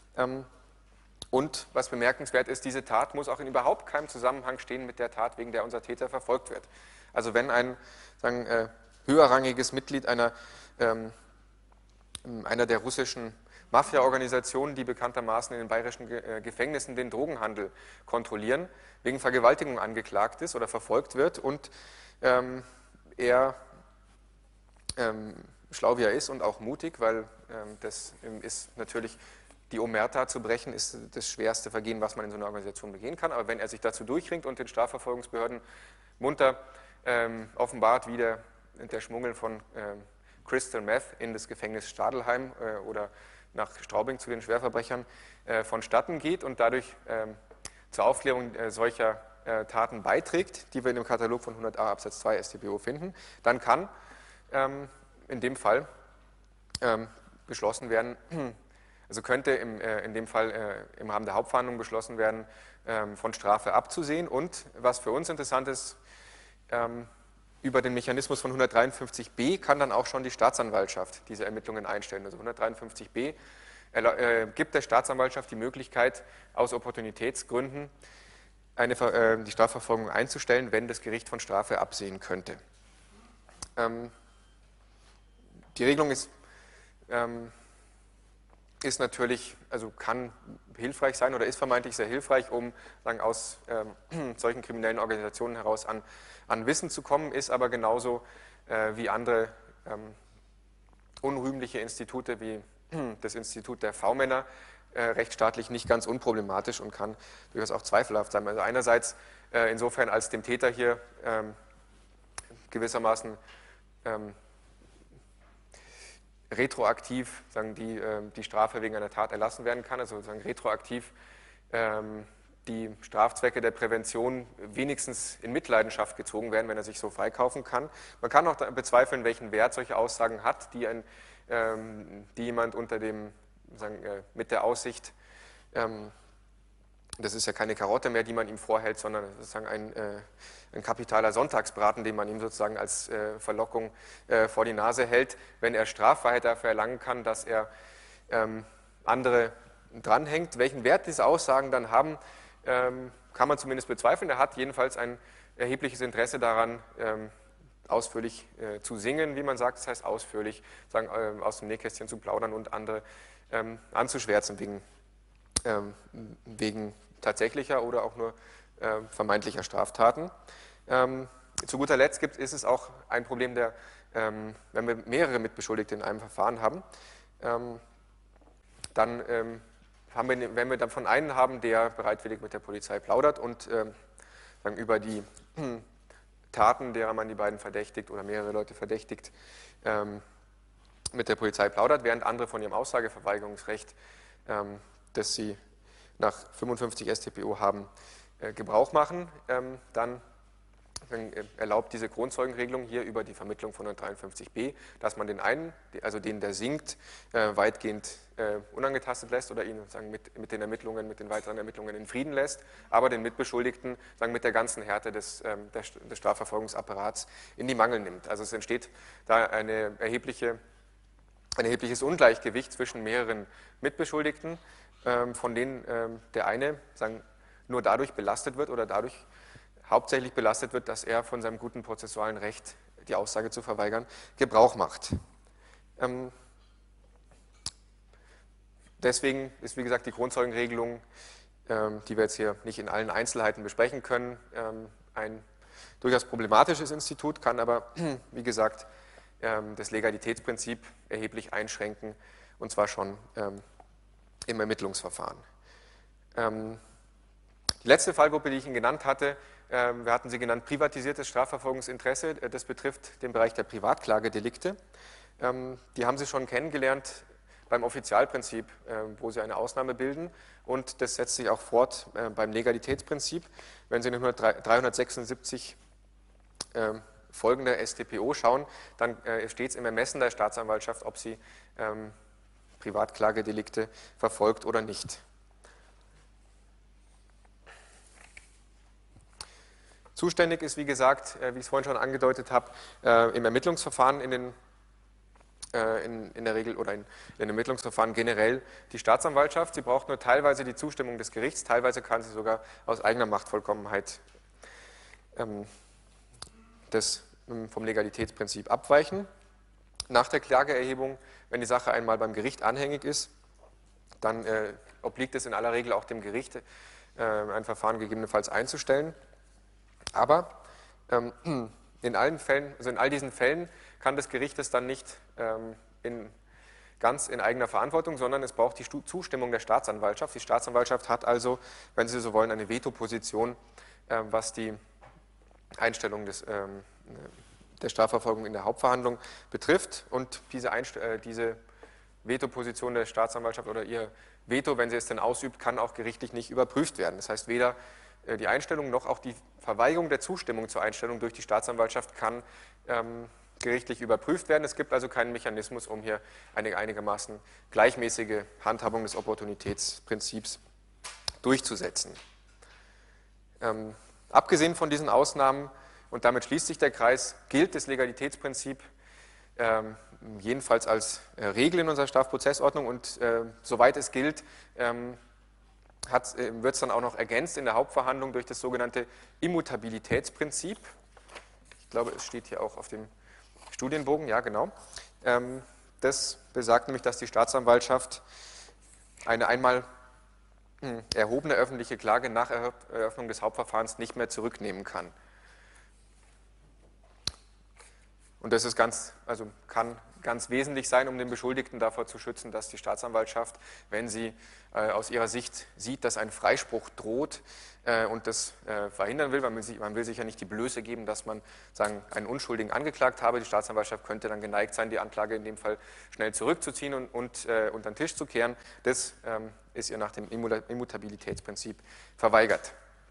Und was bemerkenswert ist, diese Tat muss auch in überhaupt keinem Zusammenhang stehen mit der Tat, wegen der unser Täter verfolgt wird. Also wenn ein sagen, äh, höherrangiges Mitglied einer, ähm, einer der russischen Mafia-Organisationen, die bekanntermaßen in den bayerischen Ge äh, Gefängnissen den Drogenhandel kontrollieren, wegen Vergewaltigung angeklagt ist oder verfolgt wird und ähm, er ähm, schlau wie er ist und auch mutig, weil ähm, das ähm, ist natürlich die Omerta zu brechen, ist das schwerste Vergehen, was man in so einer Organisation begehen kann. Aber wenn er sich dazu durchringt und den Strafverfolgungsbehörden munter ähm, offenbart, wie der, der Schmuggel von ähm, Crystal Meth in das Gefängnis Stadelheim äh, oder nach Straubing zu den Schwerverbrechern äh, vonstatten geht und dadurch ähm, zur Aufklärung äh, solcher äh, Taten beiträgt, die wir in dem Katalog von hundert a Absatz zwei S t p o finden, dann kann ähm, in dem Fall ähm, beschlossen werden, also könnte im, äh, in dem Fall äh, im Rahmen der Hauptverhandlung beschlossen werden, ähm, von Strafe abzusehen und, was für uns interessant ist, ähm, über den Mechanismus von hundertdreiundfünfzig b kann dann auch schon die Staatsanwaltschaft diese Ermittlungen einstellen. Also hundertdreiundfünfzig b äh, gibt der Staatsanwaltschaft die Möglichkeit, aus Opportunitätsgründen eine, äh, die Strafverfolgung einzustellen, wenn das Gericht von Strafe absehen könnte. Ähm, die Regelung ist ähm, ist natürlich, also kann hilfreich sein oder ist vermeintlich sehr hilfreich, um sagen, aus ähm, solchen kriminellen Organisationen heraus an, an Wissen zu kommen, ist aber genauso äh, wie andere ähm, unrühmliche Institute wie das Institut der V-Männer äh, rechtsstaatlich nicht ganz unproblematisch und kann durchaus auch zweifelhaft sein. Also einerseits äh, insofern als dem Täter hier ähm, gewissermaßen ähm, retroaktiv sagen, die, äh, die Strafe wegen einer Tat erlassen werden kann, also sagen, retroaktiv ähm, die Strafzwecke der Prävention wenigstens in Mitleidenschaft gezogen werden, wenn er sich so freikaufen kann. Man kann auch bezweifeln, welchen Wert solche Aussagen hat, die, ein, ähm, die jemand unter dem, sagen, äh, mit der Aussicht, ähm, das ist ja keine Karotte mehr, die man ihm vorhält, sondern sozusagen ein, äh, ein kapitaler Sonntagsbraten, den man ihm sozusagen als äh, Verlockung äh, vor die Nase hält, wenn er Straffreiheit dafür erlangen kann, dass er ähm, andere dranhängt. Welchen Wert diese Aussagen dann haben, ähm, kann man zumindest bezweifeln. Er hat jedenfalls ein erhebliches Interesse daran, ähm, ausführlich äh, zu singen, wie man sagt, das heißt ausführlich sagen, äh, aus dem Nähkästchen zu plaudern und andere ähm, anzuschwärzen wegen, ähm, wegen tatsächlicher oder auch nur äh, vermeintlicher Straftaten. Ähm, zu guter Letzt gibt, ist es auch ein Problem, der, ähm, wenn wir mehrere Mitbeschuldigte in einem Verfahren haben, ähm, dann ähm, haben wir, wenn wir dann von einem haben, der bereitwillig mit der Polizei plaudert und ähm, sagen, über die Taten, derer man die beiden verdächtigt oder mehrere Leute verdächtigt, ähm, mit der Polizei plaudert, während andere von ihrem Aussageverweigerungsrecht, ähm, das sie nach fünfundfünfzig S t p o haben, äh, Gebrauch machen, ähm, dann erlaubt diese Kronzeugenregelung hier über die Vermittlung von hundertdreiundfünfzig b, dass man den einen, also den, der singt, äh, weitgehend äh, unangetastet lässt oder ihn sagen, mit, mit den Ermittlungen, mit den weiteren Ermittlungen in Frieden lässt, aber den Mitbeschuldigten sagen, mit der ganzen Härte des, ähm, der, des Strafverfolgungsapparats in die Mangel nimmt. Also es entsteht da eine erhebliche, ein erhebliches Ungleichgewicht zwischen mehreren Mitbeschuldigten, ähm, von denen ähm, der eine sagen, nur dadurch belastet wird oder dadurch hauptsächlich belastet wird, dass er von seinem guten prozessualen Recht, die Aussage zu verweigern, Gebrauch macht. Ähm, deswegen ist, wie gesagt, die Kronzeugenregelung, ähm, die wir jetzt hier nicht in allen Einzelheiten besprechen können, ähm, ein durchaus problematisches Institut, kann aber, wie gesagt, ähm, das Legalitätsprinzip erheblich einschränken, und zwar schon ähm, im Ermittlungsverfahren. Ähm, die letzte Fallgruppe, die ich Ihnen genannt hatte, wir hatten sie genannt, privatisiertes Strafverfolgungsinteresse. Das betrifft den Bereich der Privatklagedelikte. Die haben Sie schon kennengelernt beim Offizialprinzip, wo Sie eine Ausnahme bilden. Und das setzt sich auch fort beim Legalitätsprinzip. Wenn Sie in dreihundertsechsundsiebzig folgende S t p o schauen, dann steht es im Ermessen der Staatsanwaltschaft, ob sie Privatklagedelikte verfolgt oder nicht. Zuständig ist, wie gesagt, wie ich es vorhin schon angedeutet habe, im Ermittlungsverfahren in, den, in, in der Regel oder in, in den Ermittlungsverfahren generell die Staatsanwaltschaft. Sie braucht nur teilweise die Zustimmung des Gerichts, teilweise kann sie sogar aus eigener Machtvollkommenheit ähm, des, vom Legalitätsprinzip abweichen. Nach der Klageerhebung, wenn die Sache einmal beim Gericht anhängig ist, dann äh, obliegt es in aller Regel auch dem Gericht, äh, ein Verfahren gegebenenfalls einzustellen. Aber ähm, in allen Fällen, also in all diesen Fällen kann das Gericht es dann nicht ähm, in, ganz in eigener Verantwortung, sondern es braucht die Zustimmung der Staatsanwaltschaft. Die Staatsanwaltschaft hat also, wenn Sie so wollen, eine Vetoposition, äh, was die Einstellung des, ähm, der Strafverfolgung in der Hauptverhandlung betrifft. Und diese, äh, diese Vetoposition der Staatsanwaltschaft oder ihr Veto, wenn sie es denn ausübt, kann auch gerichtlich nicht überprüft werden. Das heißt, weder die Einstellung noch auch die Verweigerung der Zustimmung zur Einstellung durch die Staatsanwaltschaft kann ähm, gerichtlich überprüft werden. Es gibt also keinen Mechanismus, um hier eine einigermaßen gleichmäßige Handhabung des Opportunitätsprinzips durchzusetzen. Ähm, abgesehen von diesen Ausnahmen, und damit schließt sich der Kreis, gilt das Legalitätsprinzip ähm, jedenfalls als äh, Regel in unserer Strafprozessordnung und äh, soweit es gilt, ähm, wird es dann auch noch ergänzt in der Hauptverhandlung durch das sogenannte Immutabilitätsprinzip. Ich glaube, es steht hier auch auf dem Studienbogen, ja genau. Das besagt nämlich, dass die Staatsanwaltschaft eine einmal erhobene öffentliche Klage nach Eröffnung des Hauptverfahrens nicht mehr zurücknehmen kann. Und das ist ganz, also kann ganz wesentlich sein, um den Beschuldigten davor zu schützen, dass die Staatsanwaltschaft, wenn sie äh, aus ihrer Sicht sieht, dass ein Freispruch droht äh, und das äh, verhindern will, man will, sich, man will sich ja nicht die Blöße geben, dass man sagen, einen Unschuldigen angeklagt habe. Die Staatsanwaltschaft könnte dann geneigt sein, die Anklage in dem Fall schnell zurückzuziehen und, und äh, unter den Tisch zu kehren. Das ähm, ist ihr nach dem Immutabilitätsprinzip verweigert.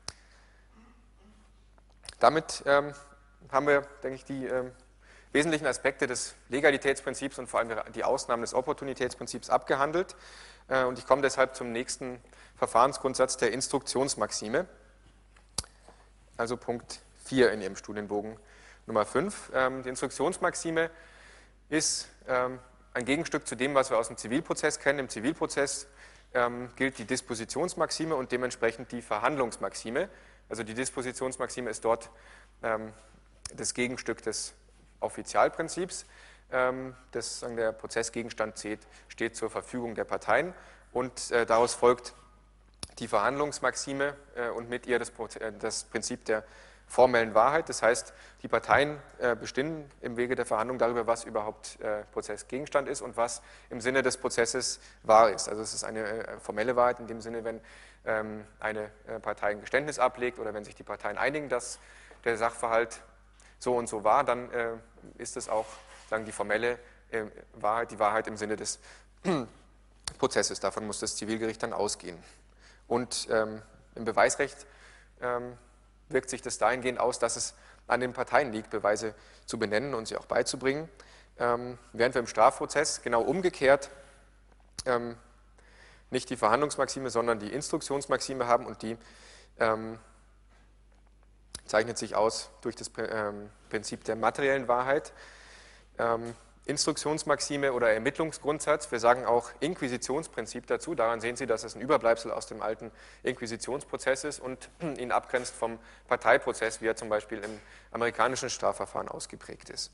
Damit ähm, haben wir, denke ich, die ähm, wesentlichen Aspekte des Legalitätsprinzips und vor allem die Ausnahmen des Opportunitätsprinzips abgehandelt. Äh, und ich komme deshalb zum nächsten Verfahrensgrundsatz der Instruktionsmaxime, also Punkt vier in Ihrem Studienbogen Nummer fünf. Ähm, die Instruktionsmaxime ist ähm, ein Gegenstück zu dem, was wir aus dem Zivilprozess kennen. Im Zivilprozess ähm, gilt die Dispositionsmaxime und dementsprechend die Verhandlungsmaxime. Also die Dispositionsmaxime ist dort ähm, das Gegenstück des Offizialprinzips. Ähm, das, sagen, der Prozessgegenstand steht, steht zur Verfügung der Parteien und äh, daraus folgt die Verhandlungsmaxime äh, und mit ihr das, äh, das Prinzip der formellen Wahrheit. Das heißt, die Parteien äh, bestimmen im Wege der Verhandlung darüber, was überhaupt äh, Prozessgegenstand ist und was im Sinne des Prozesses wahr ist. Also es ist eine äh, formelle Wahrheit in dem Sinne, wenn ähm, eine äh, Partei ein Geständnis ablegt oder wenn sich die Parteien einigen, dass der Sachverhalt so und so war, dann äh, ist es auch, sagen, die formelle äh, Wahrheit, die Wahrheit im Sinne des Prozesses. Davon muss das Zivilgericht dann ausgehen. Und ähm, im Beweisrecht ähm, wirkt sich das dahingehend aus, dass es an den Parteien liegt, Beweise zu benennen und sie auch beizubringen, ähm, während wir im Strafprozess genau umgekehrt ähm, nicht die Verhandlungsmaxime, sondern die Instruktionsmaxime haben und die ähm, zeichnet sich aus durch das ähm, Prinzip der materiellen Wahrheit. Ähm, Instruktionsmaxime oder Ermittlungsgrundsatz, wir sagen auch Inquisitionsprinzip dazu, daran sehen Sie, dass es ein Überbleibsel aus dem alten Inquisitionsprozess ist und ihn abgrenzt vom Parteiprozess, wie er zum Beispiel im amerikanischen Strafverfahren ausgeprägt ist.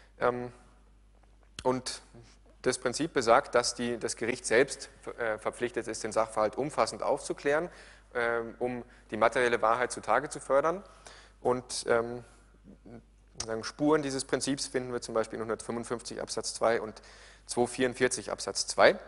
Und das Prinzip besagt, dass die, das Gericht selbst verpflichtet ist, den Sachverhalt umfassend aufzuklären, um die materielle Wahrheit zutage zu fördern. Und Spuren dieses Prinzips finden wir zum Beispiel in hundertfünfundfünfzig Absatz zwei und zweihundertvierundvierzig Absatz zwei.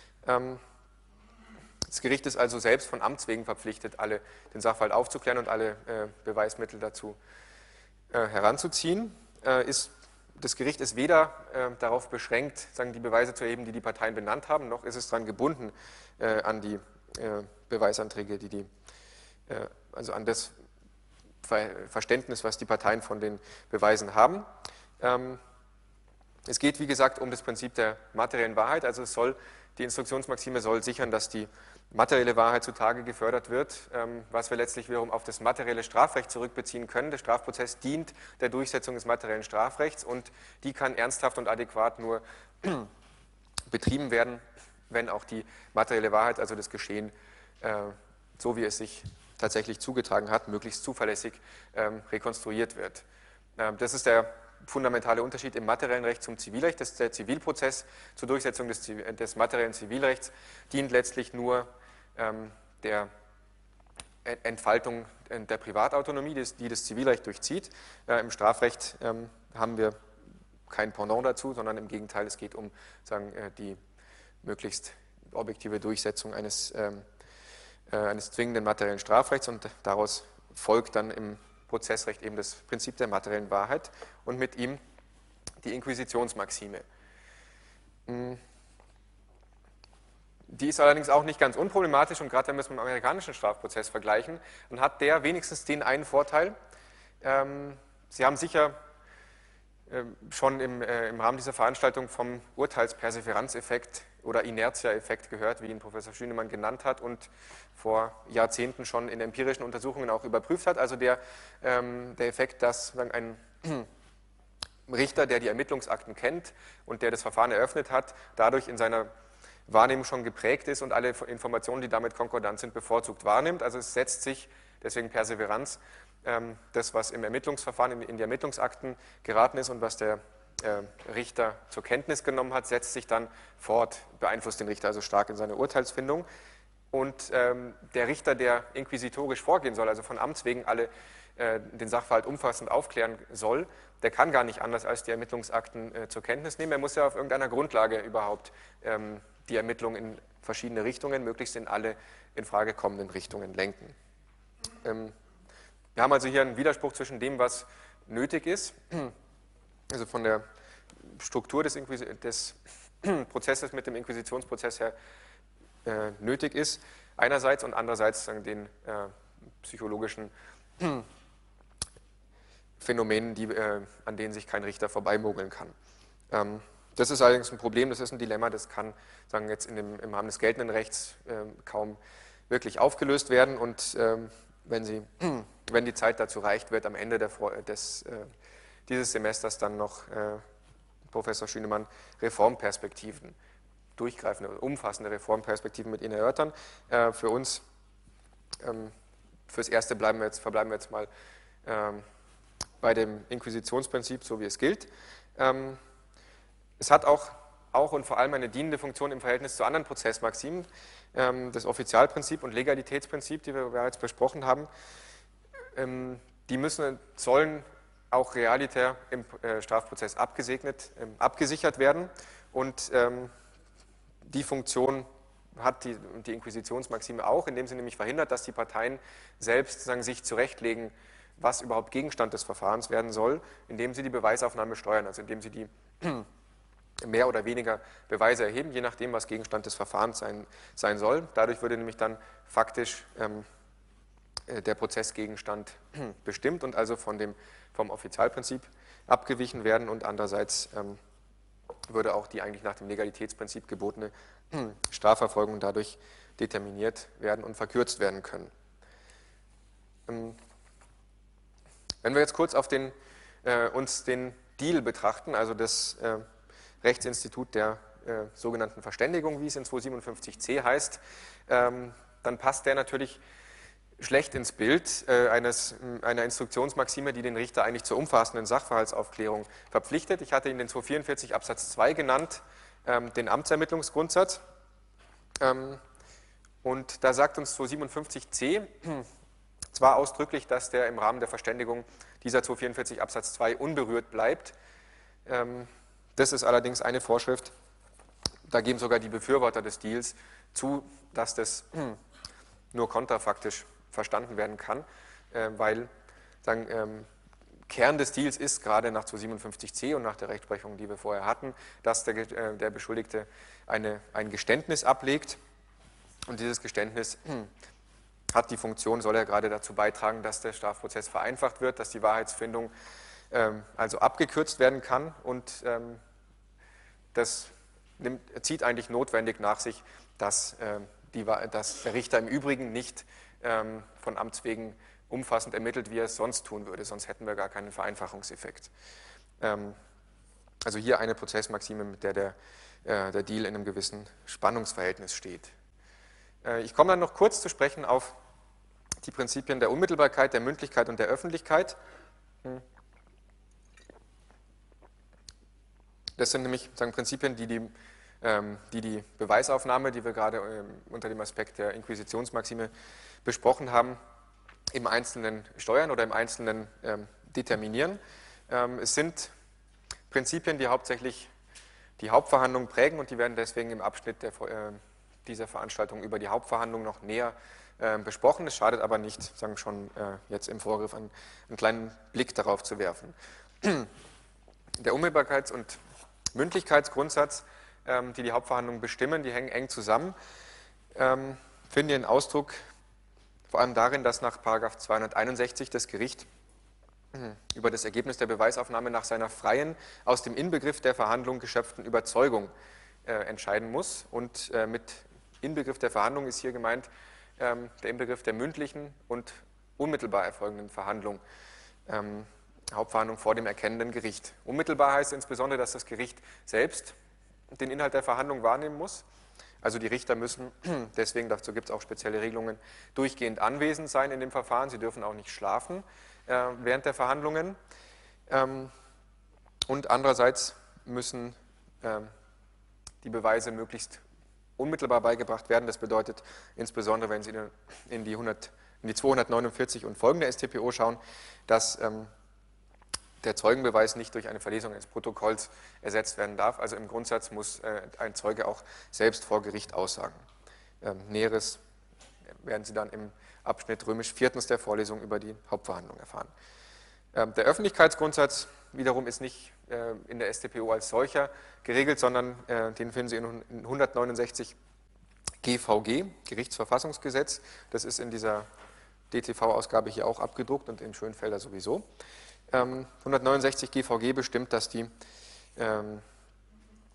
Das Gericht ist also selbst von Amts wegen verpflichtet, alle, den Sachverhalt aufzuklären und alle äh, Beweismittel dazu äh, heranzuziehen. Äh, ist, das Gericht ist weder äh, darauf beschränkt, sagen, die Beweise zu erheben, die die Parteien benannt haben, noch ist es daran gebunden äh, an die äh, Beweisanträge, die die, äh, also an das Verständnis, was die Parteien von den Beweisen haben. Es geht, wie gesagt, um das Prinzip der materiellen Wahrheit, also es soll, die Instruktionsmaxime soll sichern, dass die materielle Wahrheit zutage gefördert wird, was wir letztlich wiederum auf das materielle Strafrecht zurückbeziehen können. Der Strafprozess dient der Durchsetzung des materiellen Strafrechts und die kann ernsthaft und adäquat nur betrieben werden, wenn auch die materielle Wahrheit, also das Geschehen, so wie es sich tatsächlich zugetragen hat, möglichst zuverlässig ähm, rekonstruiert wird. Ähm, das ist der fundamentale Unterschied im materiellen Recht zum Zivilrecht. Das ist der Zivilprozess zur Durchsetzung des, des materiellen Zivilrechts, dient letztlich nur ähm, der Entfaltung der Privatautonomie, die das Zivilrecht durchzieht. Äh, Im Strafrecht ähm, haben wir kein Pendant dazu, sondern im Gegenteil, es geht um, sagen, äh, die möglichst objektive Durchsetzung eines ähm, eines zwingenden materiellen Strafrechts und daraus folgt dann im Prozessrecht eben das Prinzip der materiellen Wahrheit und mit ihm die Inquisitionsmaxime. Die ist allerdings auch nicht ganz unproblematisch und gerade wenn wir es mit dem amerikanischen Strafprozess vergleichen, dann hat der wenigstens den einen Vorteil. Sie haben sicher schon im, äh, im Rahmen dieser Veranstaltung vom Urteilsperseveranzeffekt oder Inertia-Effekt gehört, wie ihn Professor Schünemann genannt hat und vor Jahrzehnten schon in empirischen Untersuchungen auch überprüft hat. Also der, ähm, der Effekt, dass ein Richter, der die Ermittlungsakten kennt und der das Verfahren eröffnet hat, dadurch in seiner Wahrnehmung schon geprägt ist und alle Informationen, die damit konkordant sind, bevorzugt wahrnimmt. Also es setzt sich, deswegen Perseveranz, das, was im Ermittlungsverfahren, in die Ermittlungsakten geraten ist und was der Richter zur Kenntnis genommen hat, setzt sich dann fort, beeinflusst den Richter also stark in seiner Urteilsfindung. Und der Richter, der inquisitorisch vorgehen soll, also von Amts wegen alle den Sachverhalt umfassend aufklären soll, der kann gar nicht anders als die Ermittlungsakten zur Kenntnis nehmen. Er muss ja auf irgendeiner Grundlage überhaupt die Ermittlungen in verschiedene Richtungen, möglichst in alle in Frage kommenden Richtungen lenken. Wir haben also hier einen Widerspruch zwischen dem, was nötig ist, also von der Struktur des, Inquis des Prozesses mit dem Inquisitionsprozess her äh, nötig ist, einerseits und andererseits sagen, den äh, psychologischen Phänomenen, die, äh, an denen sich kein Richter vorbeimogeln kann. Ähm, Das ist allerdings ein Problem, das ist ein Dilemma, das kann sagen, jetzt in dem, im Rahmen des geltenden Rechts äh, kaum wirklich aufgelöst werden und ähm, wenn, Sie, wenn die Zeit dazu reicht, wird am Ende der, des, äh, dieses Semesters dann noch äh, Professor Schünemann Reformperspektiven, durchgreifende, umfassende Reformperspektiven mit Ihnen erörtern. Äh, für uns, ähm, fürs Erste bleiben wir jetzt, verbleiben wir jetzt mal ähm, bei dem Inquisitionsprinzip, so wie es gilt. Ähm, es hat auch, auch und vor allem eine dienende Funktion im Verhältnis zu anderen Prozessmaximen, ähm, das Offizialprinzip und Legalitätsprinzip, die wir bereits besprochen haben. Ähm, die müssen, sollen auch realitär im äh, Strafprozess abgesegnet, ähm, abgesichert werden und ähm, die Funktion hat die, die Inquisitionsmaxime auch, indem sie nämlich verhindert, dass die Parteien selbst sagen, sich zurechtlegen, was überhaupt Gegenstand des Verfahrens werden soll, indem sie die Beweisaufnahme steuern, also indem sie die mehr oder weniger Beweise erheben, je nachdem, was Gegenstand des Verfahrens sein, sein soll. Dadurch würde nämlich dann faktisch ähm, der Prozessgegenstand bestimmt und also von dem, vom Offizialprinzip abgewichen werden und andererseits ähm, würde auch die eigentlich nach dem Legalitätsprinzip gebotene Strafverfolgung dadurch determiniert werden und verkürzt werden können. Ähm, Wenn wir jetzt kurz auf den, äh, uns den Deal betrachten, also das äh, Rechtsinstitut der äh, sogenannten Verständigung, wie es in zweihundertsiebenundfünfzig c heißt, ähm, dann passt der natürlich schlecht ins Bild äh, eines, einer Instruktionsmaxime, die den Richter eigentlich zur umfassenden Sachverhaltsaufklärung verpflichtet. Ich hatte ihn den zweihundertvierundvierzig Absatz zwei genannt, ähm, den Amtsermittlungsgrundsatz. Ähm, und da sagt uns zweihundertsiebenundfünfzig c zwar ausdrücklich, dass der im Rahmen der Verständigung dieser zweihundertvierundvierzig Absatz zwei unberührt bleibt. Ähm, das ist allerdings eine Vorschrift, da geben sogar die Befürworter des Deals zu, dass das nur kontrafaktisch verstanden werden kann, äh, weil sagen, ähm, Kern des Deals ist gerade nach zweihundertsiebenundfünfzig c und nach der Rechtsprechung, die wir vorher hatten, dass der, äh, der Beschuldigte eine, ein Geständnis ablegt und dieses Geständnis hm, hat die Funktion, soll er gerade dazu beitragen, dass der Strafprozess vereinfacht wird, dass die Wahrheitsfindung ähm, also abgekürzt werden kann und ähm, das nimmt, zieht eigentlich notwendig nach sich, dass, äh, die, dass der Richter im Übrigen nicht ähm, von Amts wegen umfassend ermittelt, wie er es sonst tun würde, sonst hätten wir gar keinen Vereinfachungseffekt. Ähm, also hier eine Prozessmaxime, mit der der, äh, der Deal in einem gewissen Spannungsverhältnis steht. Äh, ich komme dann noch kurz zu sprechen auf die Prinzipien der Unmittelbarkeit, der Mündlichkeit und der Öffentlichkeit. Das sind nämlich sagen, Prinzipien, die die, ähm, die die Beweisaufnahme, die wir gerade ähm, unter dem Aspekt der Inquisitionsmaxime besprochen haben, im Einzelnen steuern oder im Einzelnen ähm, determinieren. Ähm, es sind Prinzipien, die hauptsächlich die Hauptverhandlung prägen und die werden deswegen im Abschnitt der, äh, dieser Veranstaltung über die Hauptverhandlung noch näher äh, besprochen. Es schadet aber nicht, sagen schon äh, jetzt im Vorgriff einen, einen kleinen Blick darauf zu werfen. Der Unmittelbarkeits- und Mündlichkeitsgrundsatz, ähm, die die Hauptverhandlungen bestimmen, die hängen eng zusammen, ähm, finden ihren Ausdruck vor allem darin, dass nach Paragraph zweihunderteinundsechzig das Gericht über das Ergebnis der Beweisaufnahme nach seiner freien, aus dem Inbegriff der Verhandlung geschöpften Überzeugung äh, entscheiden muss. Und äh, mit Inbegriff der Verhandlung ist hier gemeint ähm, der Inbegriff der mündlichen und unmittelbar erfolgenden Verhandlung, ähm, Hauptverhandlung vor dem erkennenden Gericht. Unmittelbar heißt insbesondere, dass das Gericht selbst den Inhalt der Verhandlung wahrnehmen muss. Also die Richter müssen, deswegen dazu gibt es auch spezielle Regelungen, durchgehend anwesend sein in dem Verfahren. Sie dürfen auch nicht schlafen äh, während der Verhandlungen. Ähm, und andererseits müssen ähm, die Beweise möglichst unmittelbar beigebracht werden. Das bedeutet insbesondere, wenn Sie in die, hundert, in die zweihundertneunundvierzig und folgende S t P O schauen, dass ähm, der Zeugenbeweis nicht durch eine Verlesung eines Protokolls ersetzt werden darf. Also im Grundsatz muss äh, ein Zeuge auch selbst vor Gericht aussagen. Ähm, Näheres werden Sie dann im Abschnitt römisch viertens der Vorlesung über die Hauptverhandlung erfahren. Ähm, der Öffentlichkeitsgrundsatz wiederum ist nicht äh, in der S t P O als solcher geregelt, sondern äh, den finden Sie in hundertneunundsechzig G V G, Gerichtsverfassungsgesetz. Das ist in dieser D T V-Ausgabe hier auch abgedruckt und in Schönfelder sowieso. hundertneunundsechzig G V G bestimmt, dass die ähm,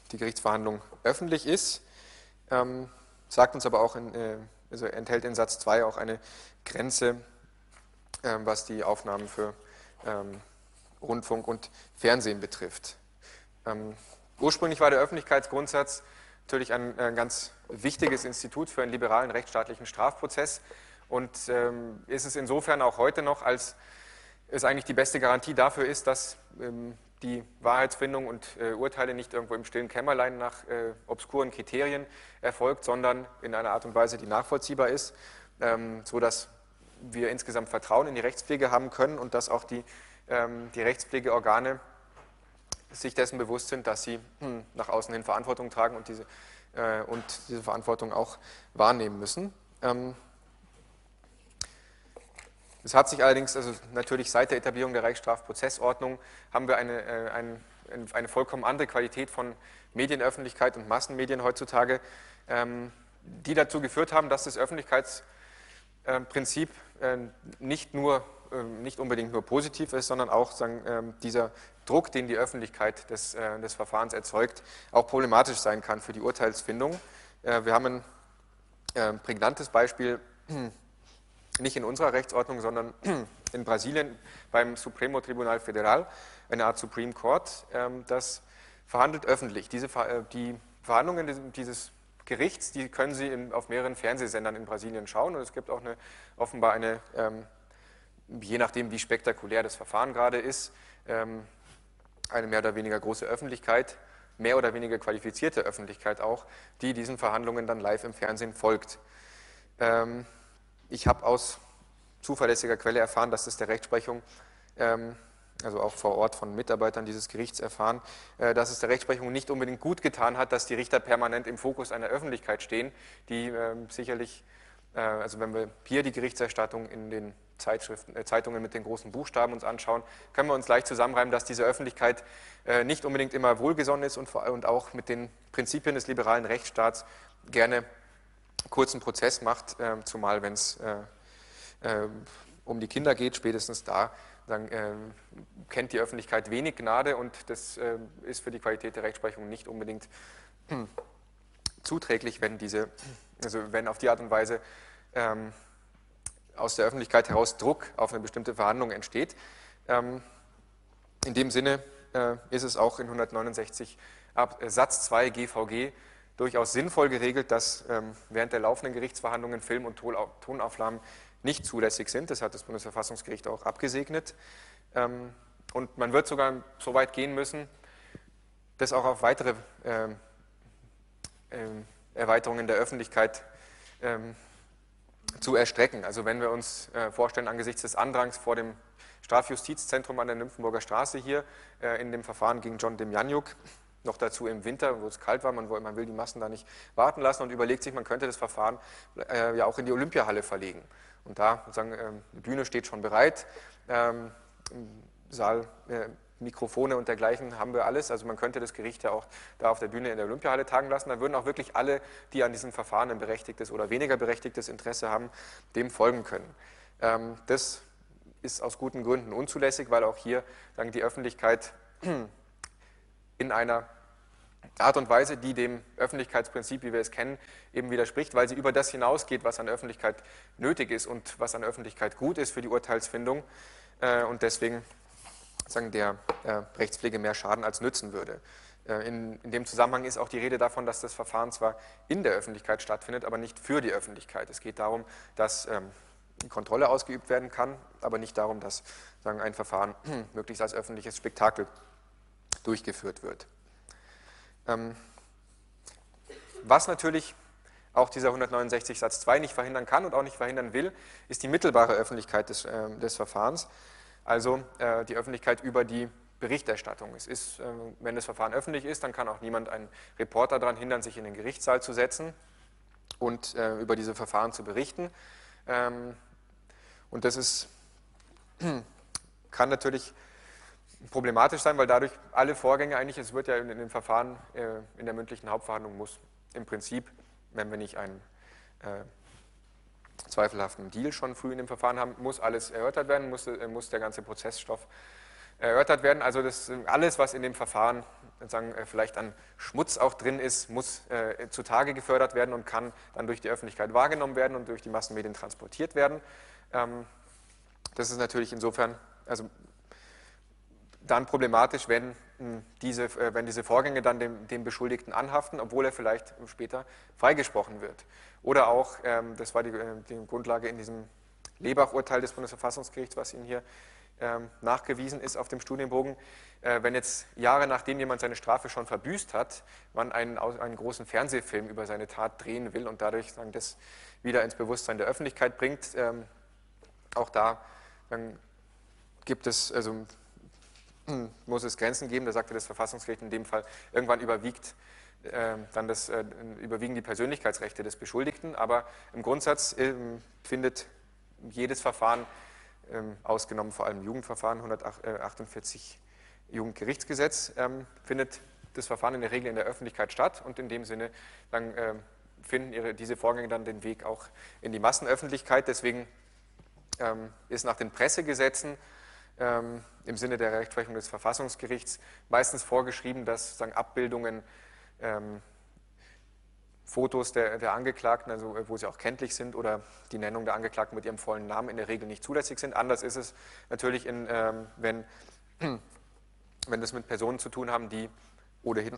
die Gerichtsverhandlung öffentlich ist, ähm, sagt uns aber auch, in, äh, also enthält in Satz zwei auch eine Grenze, äh, was die Aufnahmen für ähm, Rundfunk und Fernsehen betrifft. Ähm, ursprünglich war der Öffentlichkeitsgrundsatz natürlich ein, ein ganz wichtiges Institut für einen liberalen rechtsstaatlichen Strafprozess und ähm, ist es insofern auch heute noch, als es eigentlich die beste Garantie dafür ist, dass ähm, die Wahrheitsfindung und äh, Urteile nicht irgendwo im stillen Kämmerlein nach äh, obskuren Kriterien erfolgt, sondern in einer Art und Weise, die nachvollziehbar ist, ähm, sodass wir insgesamt Vertrauen in die Rechtspflege haben können und dass auch die, ähm, die Rechtspflegeorgane sich dessen bewusst sind, dass sie hm, nach außen hin Verantwortung tragen und diese, äh, und diese Verantwortung auch wahrnehmen müssen. Ähm, Es hat sich allerdings, also natürlich seit der Etablierung der Reichsstrafprozessordnung, haben wir eine, äh, ein, eine vollkommen andere Qualität von Medienöffentlichkeit und Massenmedien heutzutage, ähm, die dazu geführt haben, dass das Öffentlichkeitsprinzip äh, nicht nur, äh, nicht unbedingt nur positiv ist, sondern auch sagen, äh, dieser Druck, den die Öffentlichkeit des, äh, des Verfahrens erzeugt, auch problematisch sein kann für die Urteilsfindung. Äh, wir haben ein äh, prägnantes Beispiel, nicht in unserer Rechtsordnung, sondern in Brasilien beim Supremo Tribunal Federal, eine Art Supreme Court, das verhandelt öffentlich. Diese, die Verhandlungen dieses Gerichts, die können Sie in, auf mehreren Fernsehsendern in Brasilien schauen und es gibt auch eine, offenbar eine, je nachdem wie spektakulär das Verfahren gerade ist, eine mehr oder weniger große Öffentlichkeit, mehr oder weniger qualifizierte Öffentlichkeit auch, die diesen Verhandlungen dann live im Fernsehen folgt. Ich habe aus zuverlässiger Quelle erfahren, dass es der Rechtsprechung, ähm, also auch vor Ort von Mitarbeitern dieses Gerichts erfahren, äh, dass es der Rechtsprechung nicht unbedingt gut getan hat, dass die Richter permanent im Fokus einer Öffentlichkeit stehen, die äh, sicherlich, äh, also wenn wir hier die Gerichtserstattung in den Zeitschriften, äh, Zeitungen mit den großen Buchstaben uns anschauen, können wir uns leicht zusammenreimen, dass diese Öffentlichkeit äh, nicht unbedingt immer wohlgesonnen ist und, und auch mit den Prinzipien des liberalen Rechtsstaats gerne kurzen Prozess macht, äh, zumal wenn es äh, äh, um die Kinder geht, spätestens da dann, äh, kennt die Öffentlichkeit wenig Gnade und das äh, ist für die Qualität der Rechtsprechung nicht unbedingt äh, zuträglich, wenn diese, also wenn auf die Art und Weise ähm, aus der Öffentlichkeit heraus Druck auf eine bestimmte Verhandlung entsteht. Ähm, in dem Sinne äh, ist es auch in hundertneunundsechzig ab äh, Satz zwei G V G durchaus sinnvoll geregelt, dass ähm, während der laufenden Gerichtsverhandlungen Film- und Tonaufnahmen nicht zulässig sind. Das hat das Bundesverfassungsgericht auch abgesegnet. Ähm, und man wird sogar so weit gehen müssen, das auch auf weitere ähm, ähm, Erweiterungen der Öffentlichkeit ähm, zu erstrecken. Also wenn wir uns äh, vorstellen, angesichts des Andrangs vor dem Strafjustizzentrum an der Nymphenburger Straße hier äh, in dem Verfahren gegen John Demjanjuk, noch dazu im Winter, wo es kalt war, man, man will die Massen da nicht warten lassen und überlegt sich, man könnte das Verfahren äh, ja auch in die Olympiahalle verlegen. Und da, sozusagen, ähm, die Bühne steht schon bereit, ähm, im Saal, äh, Mikrofone und dergleichen haben wir alles, also man könnte das Gericht ja auch da auf der Bühne in der Olympiahalle tagen lassen, dann würden auch wirklich alle, die an diesem Verfahren ein berechtigtes oder weniger berechtigtes Interesse haben, dem folgen können. Ähm, das ist aus guten Gründen unzulässig, weil auch hier sagen, die Öffentlichkeit in einer Art und Weise, die dem Öffentlichkeitsprinzip, wie wir es kennen, eben widerspricht, weil sie über das hinausgeht, was an Öffentlichkeit nötig ist und was an Öffentlichkeit gut ist für die Urteilsfindung und deswegen sagen, der Rechtspflege mehr Schaden als nützen würde. In, in dem Zusammenhang ist auch die Rede davon, dass das Verfahren zwar in der Öffentlichkeit stattfindet, aber nicht für die Öffentlichkeit. Es geht darum, dass ähm, die Kontrolle ausgeübt werden kann, aber nicht darum, dass sagen, ein Verfahren möglichst als öffentliches Spektakel durchgeführt wird. Ähm, was natürlich auch dieser hundertneunundsechzig Satz zwei nicht verhindern kann und auch nicht verhindern will, ist die mittelbare Öffentlichkeit des, äh, des Verfahrens, also äh, die Öffentlichkeit über die Berichterstattung. Es ist, äh, wenn das Verfahren öffentlich ist, dann kann auch niemand einen Reporter daran hindern, sich in den Gerichtssaal zu setzen und äh, über diese Verfahren zu berichten. Ähm, und das ist, kann natürlich problematisch sein, weil dadurch alle Vorgänge eigentlich, es wird ja in, in dem Verfahren, äh, in der mündlichen Hauptverhandlung muss im Prinzip, wenn wir nicht einen äh, zweifelhaften Deal schon früh in dem Verfahren haben, muss alles erörtert werden, muss, äh, muss der ganze Prozessstoff erörtert werden. Also das, alles, was in dem Verfahren sozusagen, äh, vielleicht an Schmutz auch drin ist, muss äh, zutage gefördert werden und kann dann durch die Öffentlichkeit wahrgenommen werden und durch die Massenmedien transportiert werden. Ähm, das ist natürlich insofern also dann problematisch, wenn mh, diese, äh, wenn diese Vorgänge dann dem, dem Beschuldigten anhaften, obwohl er vielleicht später freigesprochen wird. Oder auch, ähm, das war die, äh, die Grundlage in diesem Lebach-Urteil des Bundesverfassungsgerichts, was Ihnen hier ähm, nachgewiesen ist auf dem Studienbogen, äh, wenn jetzt Jahre nachdem jemand seine Strafe schon verbüßt hat, man einen, einen großen Fernsehfilm über seine Tat drehen will und dadurch sagen, das wieder ins Bewusstsein der Öffentlichkeit bringt, ähm, auch da dann gibt es, also muss es Grenzen geben, da sagte das Verfassungsgericht in dem Fall, irgendwann überwiegt äh, dann das, äh, überwiegen die Persönlichkeitsrechte des Beschuldigten, aber im Grundsatz äh, findet jedes Verfahren, äh, ausgenommen vor allem Jugendverfahren, hundertachtundvierzig Jugendgerichtsgesetz, äh, findet das Verfahren in der Regel in der Öffentlichkeit statt und in dem Sinne dann, äh, finden ihre, diese Vorgänge dann den Weg auch in die Massenöffentlichkeit. Deswegen ähm, ist nach den Pressegesetzen Ähm, im Sinne der Rechtsprechung des Verfassungsgerichts meistens vorgeschrieben, dass sagen, Abbildungen, ähm, Fotos der, der Angeklagten, also wo sie auch kenntlich sind, oder die Nennung der Angeklagten mit ihrem vollen Namen in der Regel nicht zulässig sind. Anders ist es natürlich, in, ähm, wenn, wenn das mit Personen zu tun haben, die ohnehin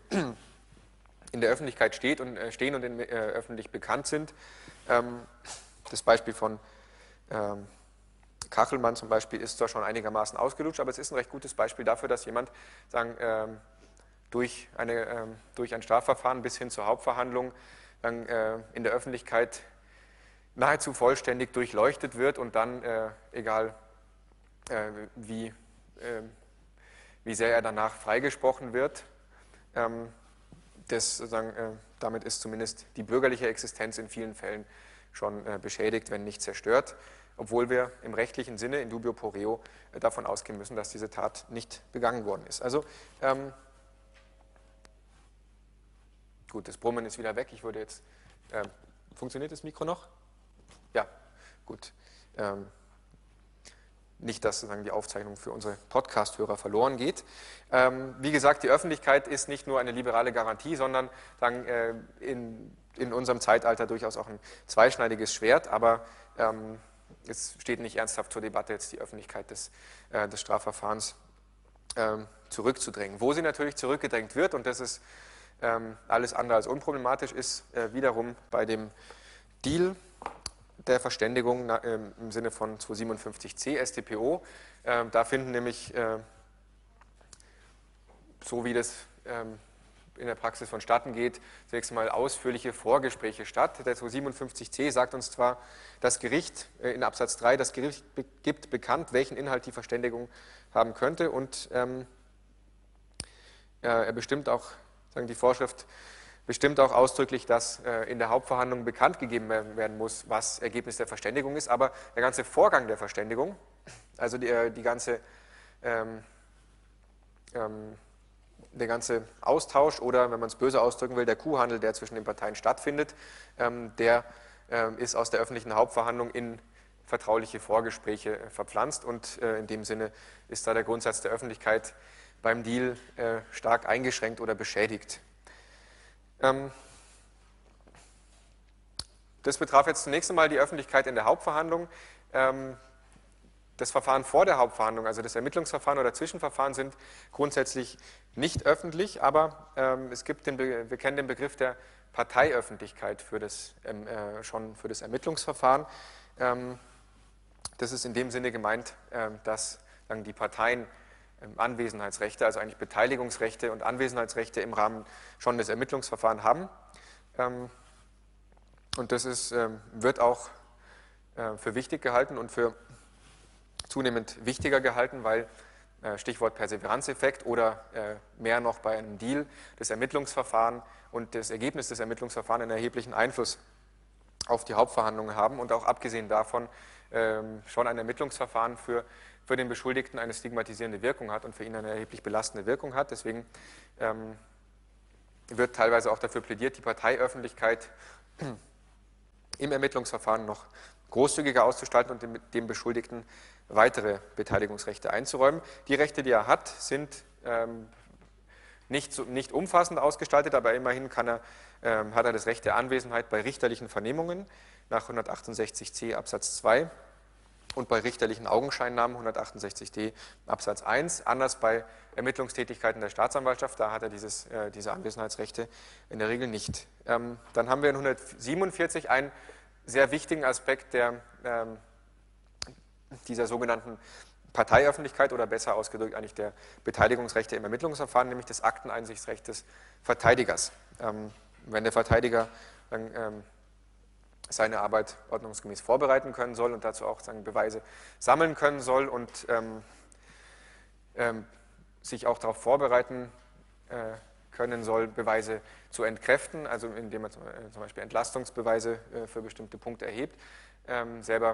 in der Öffentlichkeit steht und, äh, stehen und in, äh, öffentlich bekannt sind. Ähm, das Beispiel von ähm, Kachelmann zum Beispiel ist zwar schon einigermaßen ausgelutscht, aber es ist ein recht gutes Beispiel dafür, dass jemand sagen, ähm, durch, eine, ähm, durch ein Strafverfahren bis hin zur Hauptverhandlung dann, äh, in der Öffentlichkeit nahezu vollständig durchleuchtet wird und dann, äh, egal äh, wie, äh, wie sehr er danach freigesprochen wird, ähm, das, sagen, äh, damit ist zumindest die bürgerliche Existenz in vielen Fällen schon äh, beschädigt, wenn nicht zerstört, obwohl wir im rechtlichen Sinne in dubio pro reo äh, davon ausgehen müssen, dass diese Tat nicht begangen worden ist. Also ähm, gut, das Brummen ist wieder weg. Ich würde jetzt, äh, funktioniert das Mikro noch? Ja, gut. Ähm, nicht, dass sozusagen die Aufzeichnung für unsere Podcast-Hörer verloren geht. Ähm, wie gesagt, die Öffentlichkeit ist nicht nur eine liberale Garantie, sondern sagen, äh, in, in unserem Zeitalter durchaus auch ein zweischneidiges Schwert, aber ähm, es steht nicht ernsthaft zur Debatte, jetzt die Öffentlichkeit des, äh, des Strafverfahrens ähm, zurückzudrängen. Wo sie natürlich zurückgedrängt wird, und das ist ähm, alles andere als unproblematisch, ist äh, wiederum bei dem Deal der Verständigung na, äh, im Sinne von zweihundertsiebenundfünfzig c S t p o. Äh, da finden nämlich, äh, so wie das ähm, in der Praxis vonstatten geht, zunächst einmal ausführliche Vorgespräche statt. Der zweihundertsiebenundfünfzig c sagt uns zwar, das Gericht äh, in Absatz drei, das Gericht be gibt bekannt, welchen Inhalt die Verständigung haben könnte, und ähm, er bestimmt auch, sagen die Vorschrift, bestimmt auch ausdrücklich, dass äh, in der Hauptverhandlung bekannt gegeben werden muss, was Ergebnis der Verständigung ist, aber der ganze Vorgang der Verständigung, also die, äh, die ganze, ähm, ähm, der ganze Austausch oder, wenn man es böse ausdrücken will, der Kuhhandel, der zwischen den Parteien stattfindet, ähm, der ähm, ist aus der öffentlichen Hauptverhandlung in vertrauliche Vorgespräche äh, verpflanzt, und äh, in dem Sinne ist da der Grundsatz der Öffentlichkeit beim Deal äh, stark eingeschränkt oder beschädigt. Das betraf jetzt zunächst einmal die Öffentlichkeit in der Hauptverhandlung. Das Verfahren vor der Hauptverhandlung, also das Ermittlungsverfahren oder Zwischenverfahren, sind grundsätzlich nicht öffentlich, aber es gibt den, wir kennen den Begriff der Parteiöffentlichkeit für das, äh, schon für das Ermittlungsverfahren. Das ist in dem Sinne gemeint, dass sagen, die Parteien Anwesenheitsrechte, also eigentlich Beteiligungsrechte und Anwesenheitsrechte im Rahmen schon des Ermittlungsverfahrens haben. Und das ist, wird auch für wichtig gehalten und für zunehmend wichtiger gehalten, weil Stichwort Perseveranzeffekt oder mehr noch bei einem Deal das Ermittlungsverfahren und das Ergebnis des Ermittlungsverfahrens einen erheblichen Einfluss auf die Hauptverhandlungen haben und auch abgesehen davon schon ein Ermittlungsverfahren für für den Beschuldigten eine stigmatisierende Wirkung hat und für ihn eine erheblich belastende Wirkung hat. Deswegen ähm, wird teilweise auch dafür plädiert, die Parteiöffentlichkeit im Ermittlungsverfahren noch großzügiger auszugestalten und dem, dem Beschuldigten weitere Beteiligungsrechte einzuräumen. Die Rechte, die er hat, sind ähm, nicht, so, nicht umfassend ausgestaltet, aber immerhin kann er, ähm, hat er das Recht der Anwesenheit bei richterlichen Vernehmungen nach hundertachtundsechzig c Absatz zwei und bei richterlichen Augenscheinnahmen hundertachtundsechzig d Absatz eins. Anders bei Ermittlungstätigkeiten der Staatsanwaltschaft, da hat er dieses, äh, diese Anwesenheitsrechte in der Regel nicht. Ähm, dann haben wir in hundertsiebenundvierzig einen sehr wichtigen Aspekt der, ähm, dieser sogenannten Parteiöffentlichkeit oder besser ausgedrückt eigentlich der Beteiligungsrechte im Ermittlungsverfahren, nämlich des Akteneinsichtsrechts des Verteidigers. Ähm, wenn der Verteidiger dann ähm, seine Arbeit ordnungsgemäß vorbereiten können soll und dazu auch sagen, Beweise sammeln können soll und ähm, ähm, sich auch darauf vorbereiten äh, können soll, Beweise zu entkräften, also indem man zum, äh, zum Beispiel Entlastungsbeweise äh, für bestimmte Punkte erhebt, ähm, selber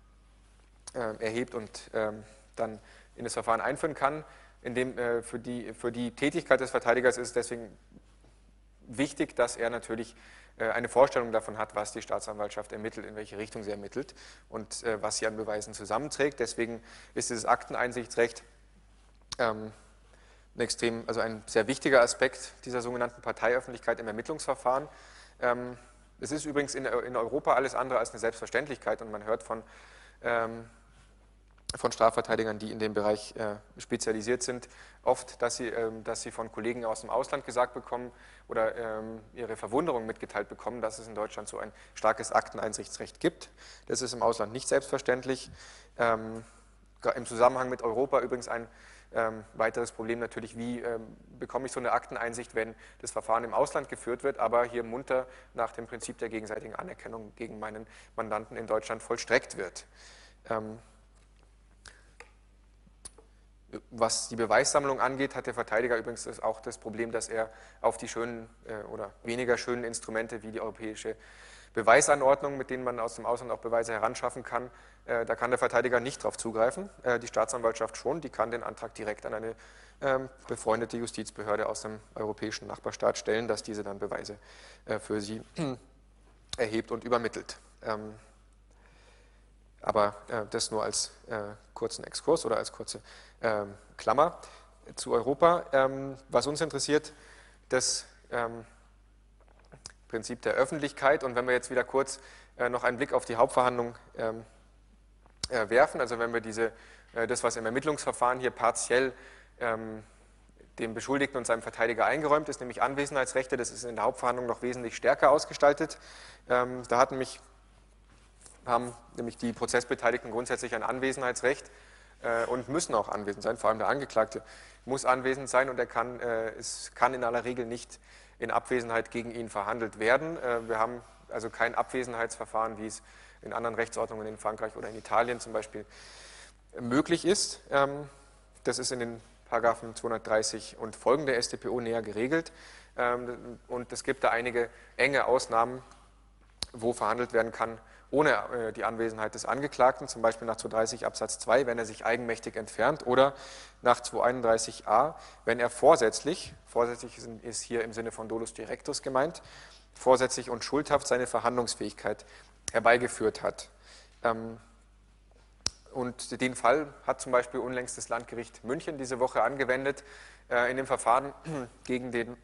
äh, erhebt und ähm, dann in das Verfahren einführen kann. In dem, äh, für, die, für die Tätigkeit des Verteidigers ist es deswegen wichtig, dass er natürlich äh, eine Vorstellung davon hat, was die Staatsanwaltschaft ermittelt, in welche Richtung sie ermittelt und äh, was sie an Beweisen zusammenträgt. Deswegen ist dieses Akteneinsichtsrecht ähm, ein extrem, also ein sehr wichtiger Aspekt dieser sogenannten Parteiöffentlichkeit im Ermittlungsverfahren. Ähm, es ist übrigens in, in Europa alles andere als eine Selbstverständlichkeit und man hört von ähm, von Strafverteidigern, die in dem Bereich äh, spezialisiert sind, oft, dass sie, ähm, dass sie von Kollegen aus dem Ausland gesagt bekommen oder ähm, ihre Verwunderung mitgeteilt bekommen, dass es in Deutschland so ein starkes Akteneinsichtsrecht gibt. Das ist im Ausland nicht selbstverständlich. Ähm, Im Zusammenhang mit Europa übrigens ein ähm, weiteres Problem natürlich, wie ähm, bekomme ich so eine Akteneinsicht, wenn das Verfahren im Ausland geführt wird, aber hier munter nach dem Prinzip der gegenseitigen Anerkennung gegen meinen Mandanten in Deutschland vollstreckt wird. Ähm, Was die Beweissammlung angeht, hat der Verteidiger übrigens auch das Problem, dass er auf die schönen äh, oder weniger schönen Instrumente wie die europäische Beweisanordnung, mit denen man aus dem Ausland auch Beweise heranschaffen kann, äh, da kann der Verteidiger nicht darauf zugreifen. Äh, die Staatsanwaltschaft schon, die kann den Antrag direkt an eine ähm, befreundete Justizbehörde aus dem europäischen Nachbarstaat stellen, dass diese dann Beweise äh, für sie erhebt und übermittelt. Ähm, Aber äh, das nur als äh, kurzen Exkurs oder als kurze ähm, Klammer zu Europa. Ähm, was uns interessiert, das ähm, Prinzip der Öffentlichkeit. Und wenn wir jetzt wieder kurz äh, noch einen Blick auf die Hauptverhandlung ähm, äh, werfen, also wenn wir diese, äh, das, was im Ermittlungsverfahren hier partiell ähm, dem Beschuldigten und seinem Verteidiger eingeräumt ist, nämlich Anwesenheitsrechte, das ist in der Hauptverhandlung noch wesentlich stärker ausgestaltet. Ähm, da hatten mich haben nämlich die Prozessbeteiligten grundsätzlich ein Anwesenheitsrecht äh, und müssen auch anwesend sein. Vor allem der Angeklagte muss anwesend sein und er kann, äh, es kann in aller Regel nicht in Abwesenheit gegen ihn verhandelt werden. Äh, wir haben also kein Abwesenheitsverfahren, wie es in anderen Rechtsordnungen in Frankreich oder in Italien zum Beispiel möglich ist. Ähm, das ist in den Paragraphen zweihundertdreißig und folgende S t p O näher geregelt. Ähm, und es gibt da einige enge Ausnahmen, wo verhandelt werden kann, ohne die Anwesenheit des Angeklagten, zum Beispiel nach zweihundertdreißig Absatz zwei, wenn er sich eigenmächtig entfernt, oder nach zweihunderteinunddreißig a, wenn er vorsätzlich, vorsätzlich ist hier im Sinne von dolus directus gemeint, vorsätzlich und schuldhaft seine Verhandlungsfähigkeit herbeigeführt hat. Und den Fall hat zum Beispiel unlängst das Landgericht München diese Woche angewendet, in dem Verfahren gegen den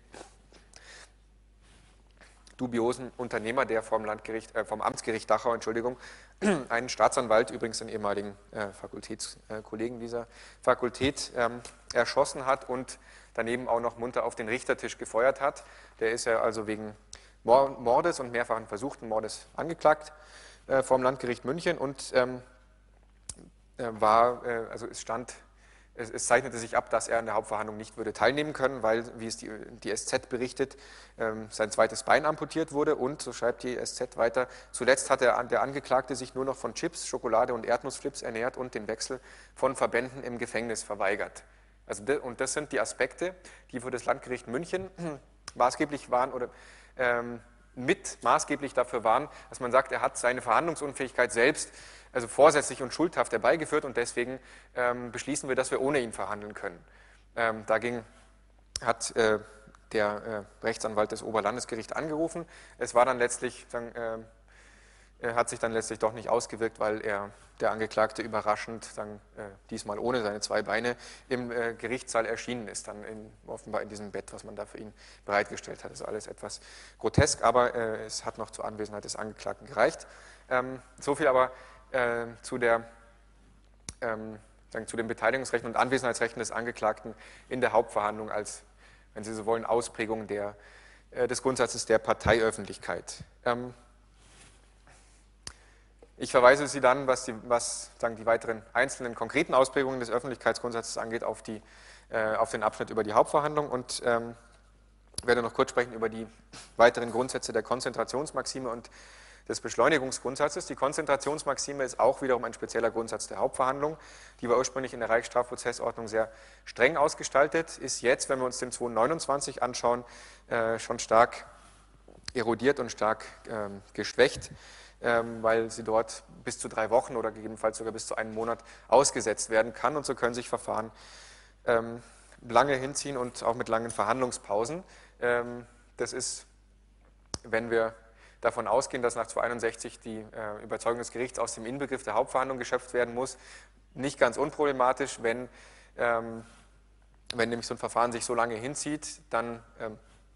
dubiosen Unternehmer, der vom, Landgericht, äh, vom Amtsgericht Dachau, Entschuldigung, einen Staatsanwalt, übrigens einen ehemaligen äh, Fakultätskollegen dieser Fakultät, ähm, erschossen hat und daneben auch noch munter auf den Richtertisch gefeuert hat. Der ist ja also wegen Mordes und mehrfachen versuchten Mordes angeklagt äh, vom Landgericht München und ähm, äh, war, äh, also es stand Es, es zeichnete sich ab, dass er an der Hauptverhandlung nicht würde teilnehmen können, weil, wie es die, die S Z berichtet, ähm, sein zweites Bein amputiert wurde und, so schreibt die S Z weiter, zuletzt hat der, der Angeklagte sich nur noch von Chips, Schokolade und Erdnussflips ernährt und den Wechsel von Verbänden im Gefängnis verweigert. Also de, und das sind die Aspekte, die für das Landgericht München maßgeblich waren oder ähm, mit maßgeblich dafür waren, dass man sagt, er hat seine Verhandlungsunfähigkeit selbst also vorsätzlich und schuldhaft herbeigeführt und deswegen ähm, beschließen wir, dass wir ohne ihn verhandeln können. Ähm, dagegen hat äh, der äh, Rechtsanwalt des Oberlandesgerichts angerufen. Es war dann letztlich sagen, äh, äh, hat sich dann letztlich doch nicht ausgewirkt, weil er, der Angeklagte überraschend, dann, äh, diesmal ohne seine zwei Beine, im äh, Gerichtssaal erschienen ist, dann in, offenbar in diesem Bett, was man da für ihn bereitgestellt hat. Das ist alles etwas grotesk, aber äh, es hat noch zur Anwesenheit des Angeklagten gereicht. Ähm, so viel aber äh, zu der ähm, zu den Beteiligungsrechten und Anwesenheitsrechten des Angeklagten in der Hauptverhandlung als, wenn Sie so wollen, Ausprägung der, äh, des Grundsatzes der Parteiöffentlichkeit. Ähm, ich verweise Sie dann, was, die, was sagen, die weiteren einzelnen konkreten Ausprägungen des Öffentlichkeitsgrundsatzes angeht, auf, die, äh, auf den Abschnitt über die Hauptverhandlung und ähm, werde noch kurz sprechen über die weiteren Grundsätze der Konzentrationsmaxime und des Beschleunigungsgrundsatzes. Die Konzentrationsmaxime ist auch wiederum ein spezieller Grundsatz der Hauptverhandlung. Die war ursprünglich in der Reichsstrafprozessordnung sehr streng ausgestaltet, ist jetzt, wenn wir uns den zweihundertneunundzwanzig anschauen, äh, schon stark erodiert und stark ähm, geschwächt, ähm, weil sie dort bis zu drei Wochen oder gegebenenfalls sogar bis zu einem Monat ausgesetzt werden kann. Und so können sich Verfahren ähm, lange hinziehen und auch mit langen Verhandlungspausen. Ähm, das ist, wenn wir davon ausgehen, dass nach zweihunderteinundsechzig die äh, Überzeugung des Gerichts aus dem Inbegriff der Hauptverhandlung geschöpft werden muss, nicht ganz unproblematisch, wenn, ähm, wenn nämlich so ein Verfahren sich so lange hinzieht, dann ähm,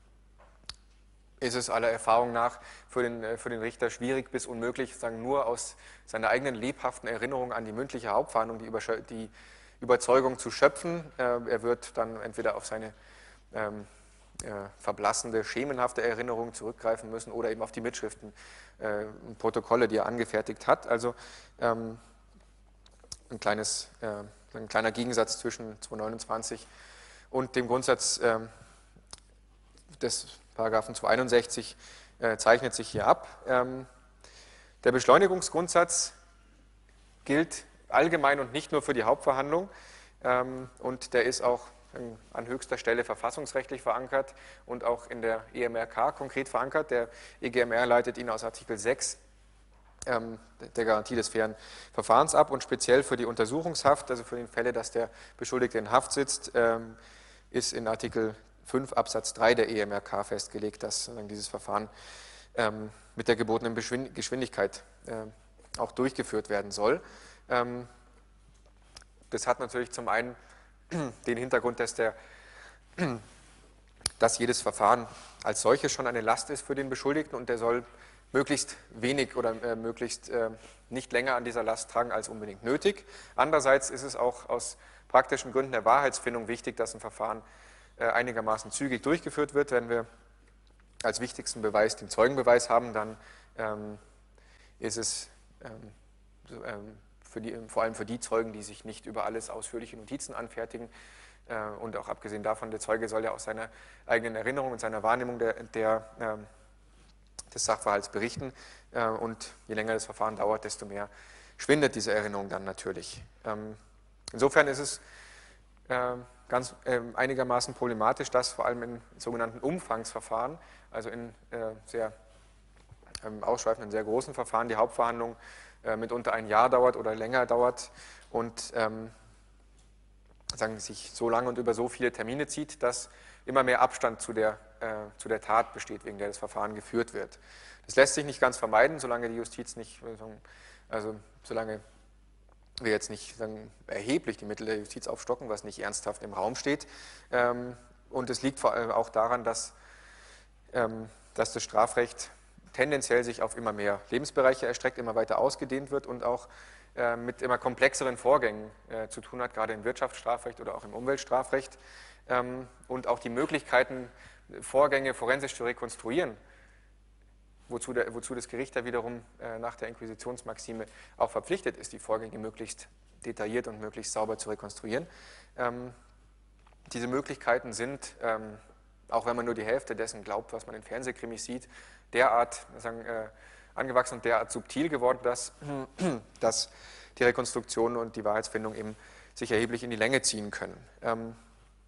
ist es aller Erfahrung nach für den, äh, für den Richter schwierig bis unmöglich, sagen, nur aus seiner eigenen lebhaften Erinnerung an die mündliche Hauptverhandlung die, Übersch die Überzeugung zu schöpfen. Äh, er wird dann entweder auf seine ähm, Äh, verblassende, schemenhafte Erinnerungen zurückgreifen müssen oder eben auf die Mitschriften äh, und Protokolle, die er angefertigt hat. Also ähm, ein, kleines, äh, ein kleiner Gegensatz zwischen zweihundertneunundzwanzig und dem Grundsatz äh, des Paragraphen zweihunderteinundsechzig äh, zeichnet sich hier ab. Ähm, der Beschleunigungsgrundsatz gilt allgemein und nicht nur für die Hauptverhandlung ähm, und der ist auch an höchster Stelle verfassungsrechtlich verankert und auch in der E M R K konkret verankert. Der E G M R leitet ihn aus Artikel sechs ähm, der Garantie des fairen Verfahrens ab und speziell für die Untersuchungshaft, also für den Fälle, dass der Beschuldigte in Haft sitzt, ähm, ist in Artikel fünf Absatz drei der E M R K festgelegt, dass äh, dieses Verfahren ähm, mit der gebotenen Geschwindigkeit äh, auch durchgeführt werden soll. Ähm, das hat natürlich zum einen den Hintergrund, dass, der, dass jedes Verfahren als solches schon eine Last ist für den Beschuldigten und der soll möglichst wenig oder äh, möglichst äh, nicht länger an dieser Last tragen als unbedingt nötig. Andererseits ist es auch aus praktischen Gründen der Wahrheitsfindung wichtig, dass ein Verfahren äh, einigermaßen zügig durchgeführt wird. Wenn wir als wichtigsten Beweis den Zeugenbeweis haben, dann ähm, ist es ähm, so, ähm, Für die, vor allem für die Zeugen, die sich nicht über alles ausführliche Notizen anfertigen. Äh, und auch abgesehen davon, der Zeuge soll ja aus seiner eigenen Erinnerung und seiner Wahrnehmung der, der, äh, des Sachverhalts berichten. Äh, und je länger das Verfahren dauert, desto mehr schwindet diese Erinnerung dann natürlich. Ähm, insofern ist es äh, ganz äh, einigermaßen problematisch, dass vor allem in sogenannten Umfangsverfahren, also in äh, sehr ähm, ausschweifenden, sehr großen Verfahren, die Hauptverhandlung mitunter ein Jahr dauert oder länger dauert und ähm, sagen, sich so lange und über so viele Termine zieht, dass immer mehr Abstand zu der, äh, zu der Tat besteht, wegen der das Verfahren geführt wird. Das lässt sich nicht ganz vermeiden, solange die Justiz nicht, also solange wir jetzt nicht sagen, erheblich die Mittel der Justiz aufstocken, was nicht ernsthaft im Raum steht. Ähm, und es liegt vor allem auch daran, dass, ähm, dass das Strafrecht tendenziell sich auf immer mehr Lebensbereiche erstreckt, immer weiter ausgedehnt wird und auch äh, mit immer komplexeren Vorgängen äh, zu tun hat, gerade im Wirtschaftsstrafrecht oder auch im Umweltstrafrecht. Ähm, und auch die Möglichkeiten, Vorgänge forensisch zu rekonstruieren, wozu, der, wozu das Gericht ja wiederum äh, nach der Inquisitionsmaxime auch verpflichtet ist, die Vorgänge möglichst detailliert und möglichst sauber zu rekonstruieren. Ähm, diese Möglichkeiten sind, ähm, auch wenn man nur die Hälfte dessen glaubt, was man in Fernsehkrimis sieht, derart sagen, äh, angewachsen und derart subtil geworden, dass, dass die Rekonstruktion und die Wahrheitsfindung eben sich erheblich in die Länge ziehen können. Ähm,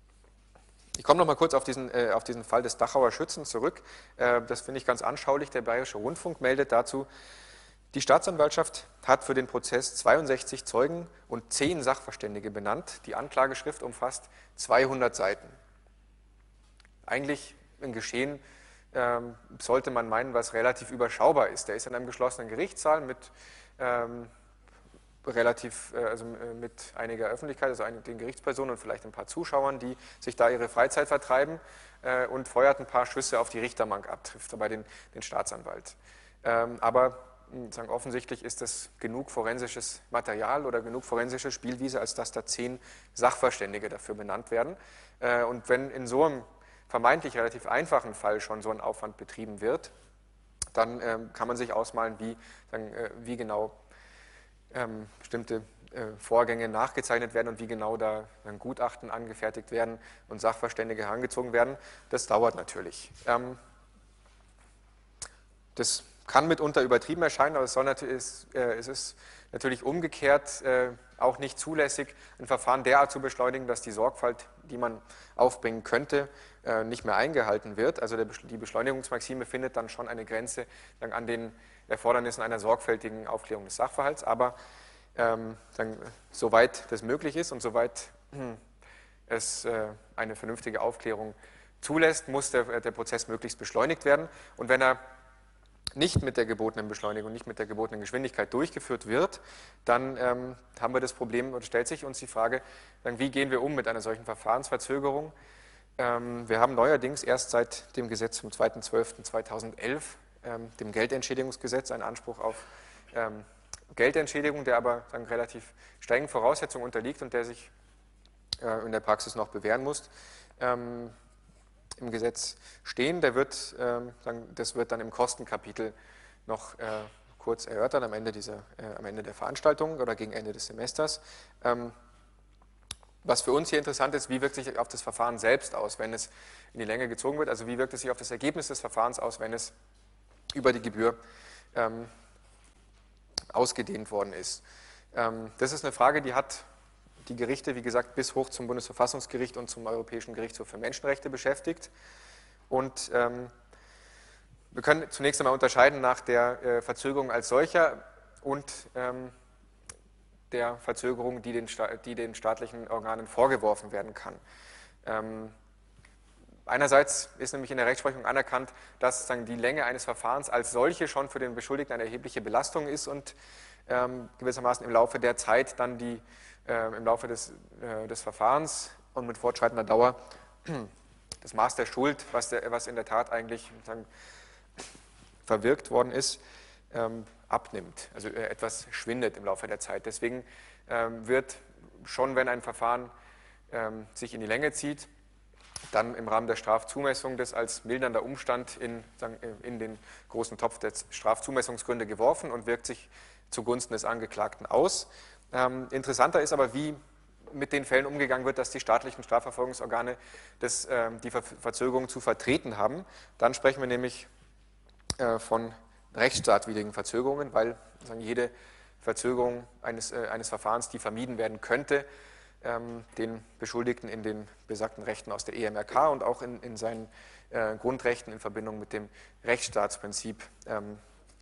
ich komme noch mal kurz auf diesen, äh, auf diesen Fall des Dachauer Schützen zurück. Äh, das finde ich ganz anschaulich. Der Bayerische Rundfunk meldet dazu, die Staatsanwaltschaft hat für den Prozess zweiundsechzig Zeugen und zehn Sachverständige benannt. Die Anklageschrift umfasst zweihundert Seiten. Eigentlich ein Geschehen, ähm, sollte man meinen, was relativ überschaubar ist. Der ist in einem geschlossenen Gerichtssaal mit ähm, relativ, äh, also mit einiger Öffentlichkeit, also den Gerichtspersonen und vielleicht ein paar Zuschauern, die sich da ihre Freizeit vertreiben äh, und feuert ein paar Schüsse auf die Richterbank ab, trifft dabei den, den Staatsanwalt. Ähm, aber sagen, offensichtlich ist das genug forensisches Material oder genug forensische Spielwiese, als dass da zehn Sachverständige dafür benannt werden. Äh, und wenn in so einem vermeintlich relativ einfachen Fall schon so ein Aufwand betrieben wird, dann ähm, kann man sich ausmalen, wie, sagen, äh, wie genau ähm, bestimmte äh, Vorgänge nachgezeichnet werden und wie genau da ein Gutachten angefertigt werden und Sachverständige herangezogen werden. Das dauert natürlich. Ähm, das kann mitunter übertrieben erscheinen, aber es, soll natürlich, es, äh, es ist natürlich umgekehrt äh, auch nicht zulässig, ein Verfahren derart zu beschleunigen, dass die Sorgfalt, die man aufbringen könnte, äh, nicht mehr eingehalten wird. Also der, die Beschleunigungsmaxime findet dann schon eine Grenze dann an den Erfordernissen einer sorgfältigen Aufklärung des Sachverhalts, aber ähm, dann, soweit das möglich ist und soweit hm, es äh, eine vernünftige Aufklärung zulässt, muss der, der Prozess möglichst beschleunigt werden. Und wenn er nicht mit der gebotenen Beschleunigung, nicht mit der gebotenen Geschwindigkeit durchgeführt wird, dann ähm, haben wir das Problem und stellt sich uns die Frage, dann, wie gehen wir um mit einer solchen Verfahrensverzögerung? Ähm, wir haben neuerdings erst seit dem Gesetz vom zweiter zwölfter zweitausendelf, ähm, dem Geldentschädigungsgesetz, einen Anspruch auf ähm, Geldentschädigung, der aber sagen, relativ strengen Voraussetzungen unterliegt und der sich äh, in der Praxis noch bewähren muss. Ähm, im Gesetz stehen. Der wird, ähm, das wird dann im Kostenkapitel noch äh, kurz erörtert am Ende, dieser, äh, am Ende der Veranstaltung oder gegen Ende des Semesters. Ähm, was für uns hier interessant ist, wie wirkt sich auf das Verfahren selbst aus, wenn es in die Länge gezogen wird, also wie wirkt es sich auf das Ergebnis des Verfahrens aus, wenn es über die Gebühr ähm, ausgedehnt worden ist. Ähm, das ist eine Frage, die hat die Gerichte, wie gesagt, bis hoch zum Bundesverfassungsgericht und zum Europäischen Gerichtshof für Menschenrechte beschäftigt. Und ähm, wir können zunächst einmal unterscheiden nach der äh, Verzögerung als solcher und ähm, der Verzögerung, die den, die den staatlichen Organen vorgeworfen werden kann. Ähm, einerseits ist nämlich in der Rechtsprechung anerkannt, dass sozusagen die Länge eines Verfahrens als solche schon für den Beschuldigten eine erhebliche Belastung ist und ähm, gewissermaßen im Laufe der Zeit dann die im Laufe des, äh, des Verfahrens und mit fortschreitender Dauer das Maß der Schuld, was, der, was in der Tat eigentlich sagen, verwirkt worden ist, ähm, abnimmt, also äh, etwas schwindet im Laufe der Zeit. Deswegen ähm, wird schon, wenn ein Verfahren ähm, sich in die Länge zieht, dann im Rahmen der Strafzumessung das als mildernder Umstand in, sagen, in den großen Topf der Strafzumessungsgründe geworfen und wirkt sich zugunsten des Angeklagten aus. Ähm, interessanter ist aber, wie mit den Fällen umgegangen wird, dass die staatlichen Strafverfolgungsorgane das, äh, die Ver Verzögerung zu vertreten haben. Dann sprechen wir nämlich äh, von rechtsstaatwidrigen Verzögerungen, weil sagen, jede Verzögerung eines, äh, eines Verfahrens, die vermieden werden könnte, ähm, den Beschuldigten in den besagten Rechten aus der E M R K und auch in, in seinen äh, Grundrechten in Verbindung mit dem Rechtsstaatsprinzip ähm,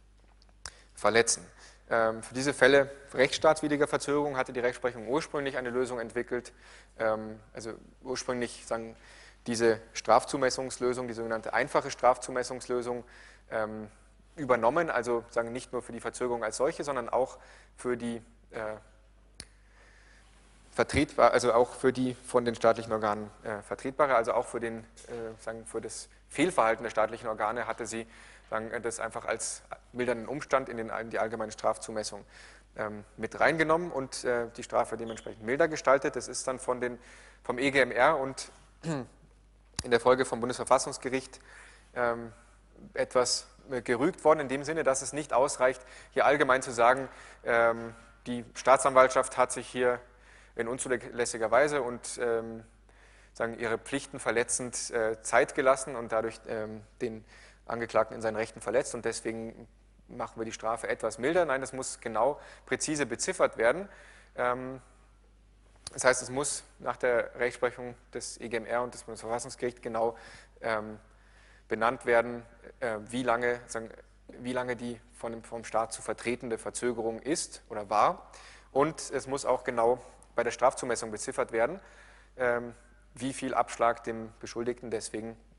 verletzen. Ähm, für diese Fälle rechtsstaatswidriger Verzögerung hatte die Rechtsprechung ursprünglich eine Lösung entwickelt, ähm, also ursprünglich sagen, diese Strafzumessungslösung, die sogenannte einfache Strafzumessungslösung, ähm, übernommen, also sagen nicht nur für die Verzögerung als solche, sondern auch für die äh, vertretbar, also auch für die von den staatlichen Organen äh, vertretbare, also auch für, den, äh, sagen, für das Fehlverhalten der staatlichen Organe hatte sie sagen, das einfach als mildernden Umstand in, den, in die allgemeine Strafzumessung ähm, mit reingenommen und äh, die Strafe dementsprechend milder gestaltet. Das ist dann von den, vom E G M R und in der Folge vom Bundesverfassungsgericht ähm, etwas gerügt worden, in dem Sinne, dass es nicht ausreicht, hier allgemein zu sagen, ähm, die Staatsanwaltschaft hat sich hier in unzulässiger Weise und ähm, sagen, ihre Pflichten verletzend äh, Zeit gelassen und dadurch ähm, den Angeklagten in seinen Rechten verletzt und deswegen machen wir die Strafe etwas milder. Nein, das muss genau präzise beziffert werden. Ähm, das heißt, es muss nach der Rechtsprechung des E G M R und des Bundesverfassungsgerichts genau ähm, benannt werden, äh, wie lange, sagen, wie lange die von dem, vom Staat zu vertretende Verzögerung ist oder war. Und es muss auch genau bei der Strafzumessung beziffert werden, ähm, wie viel Abschlag dem Beschuldigten deswegen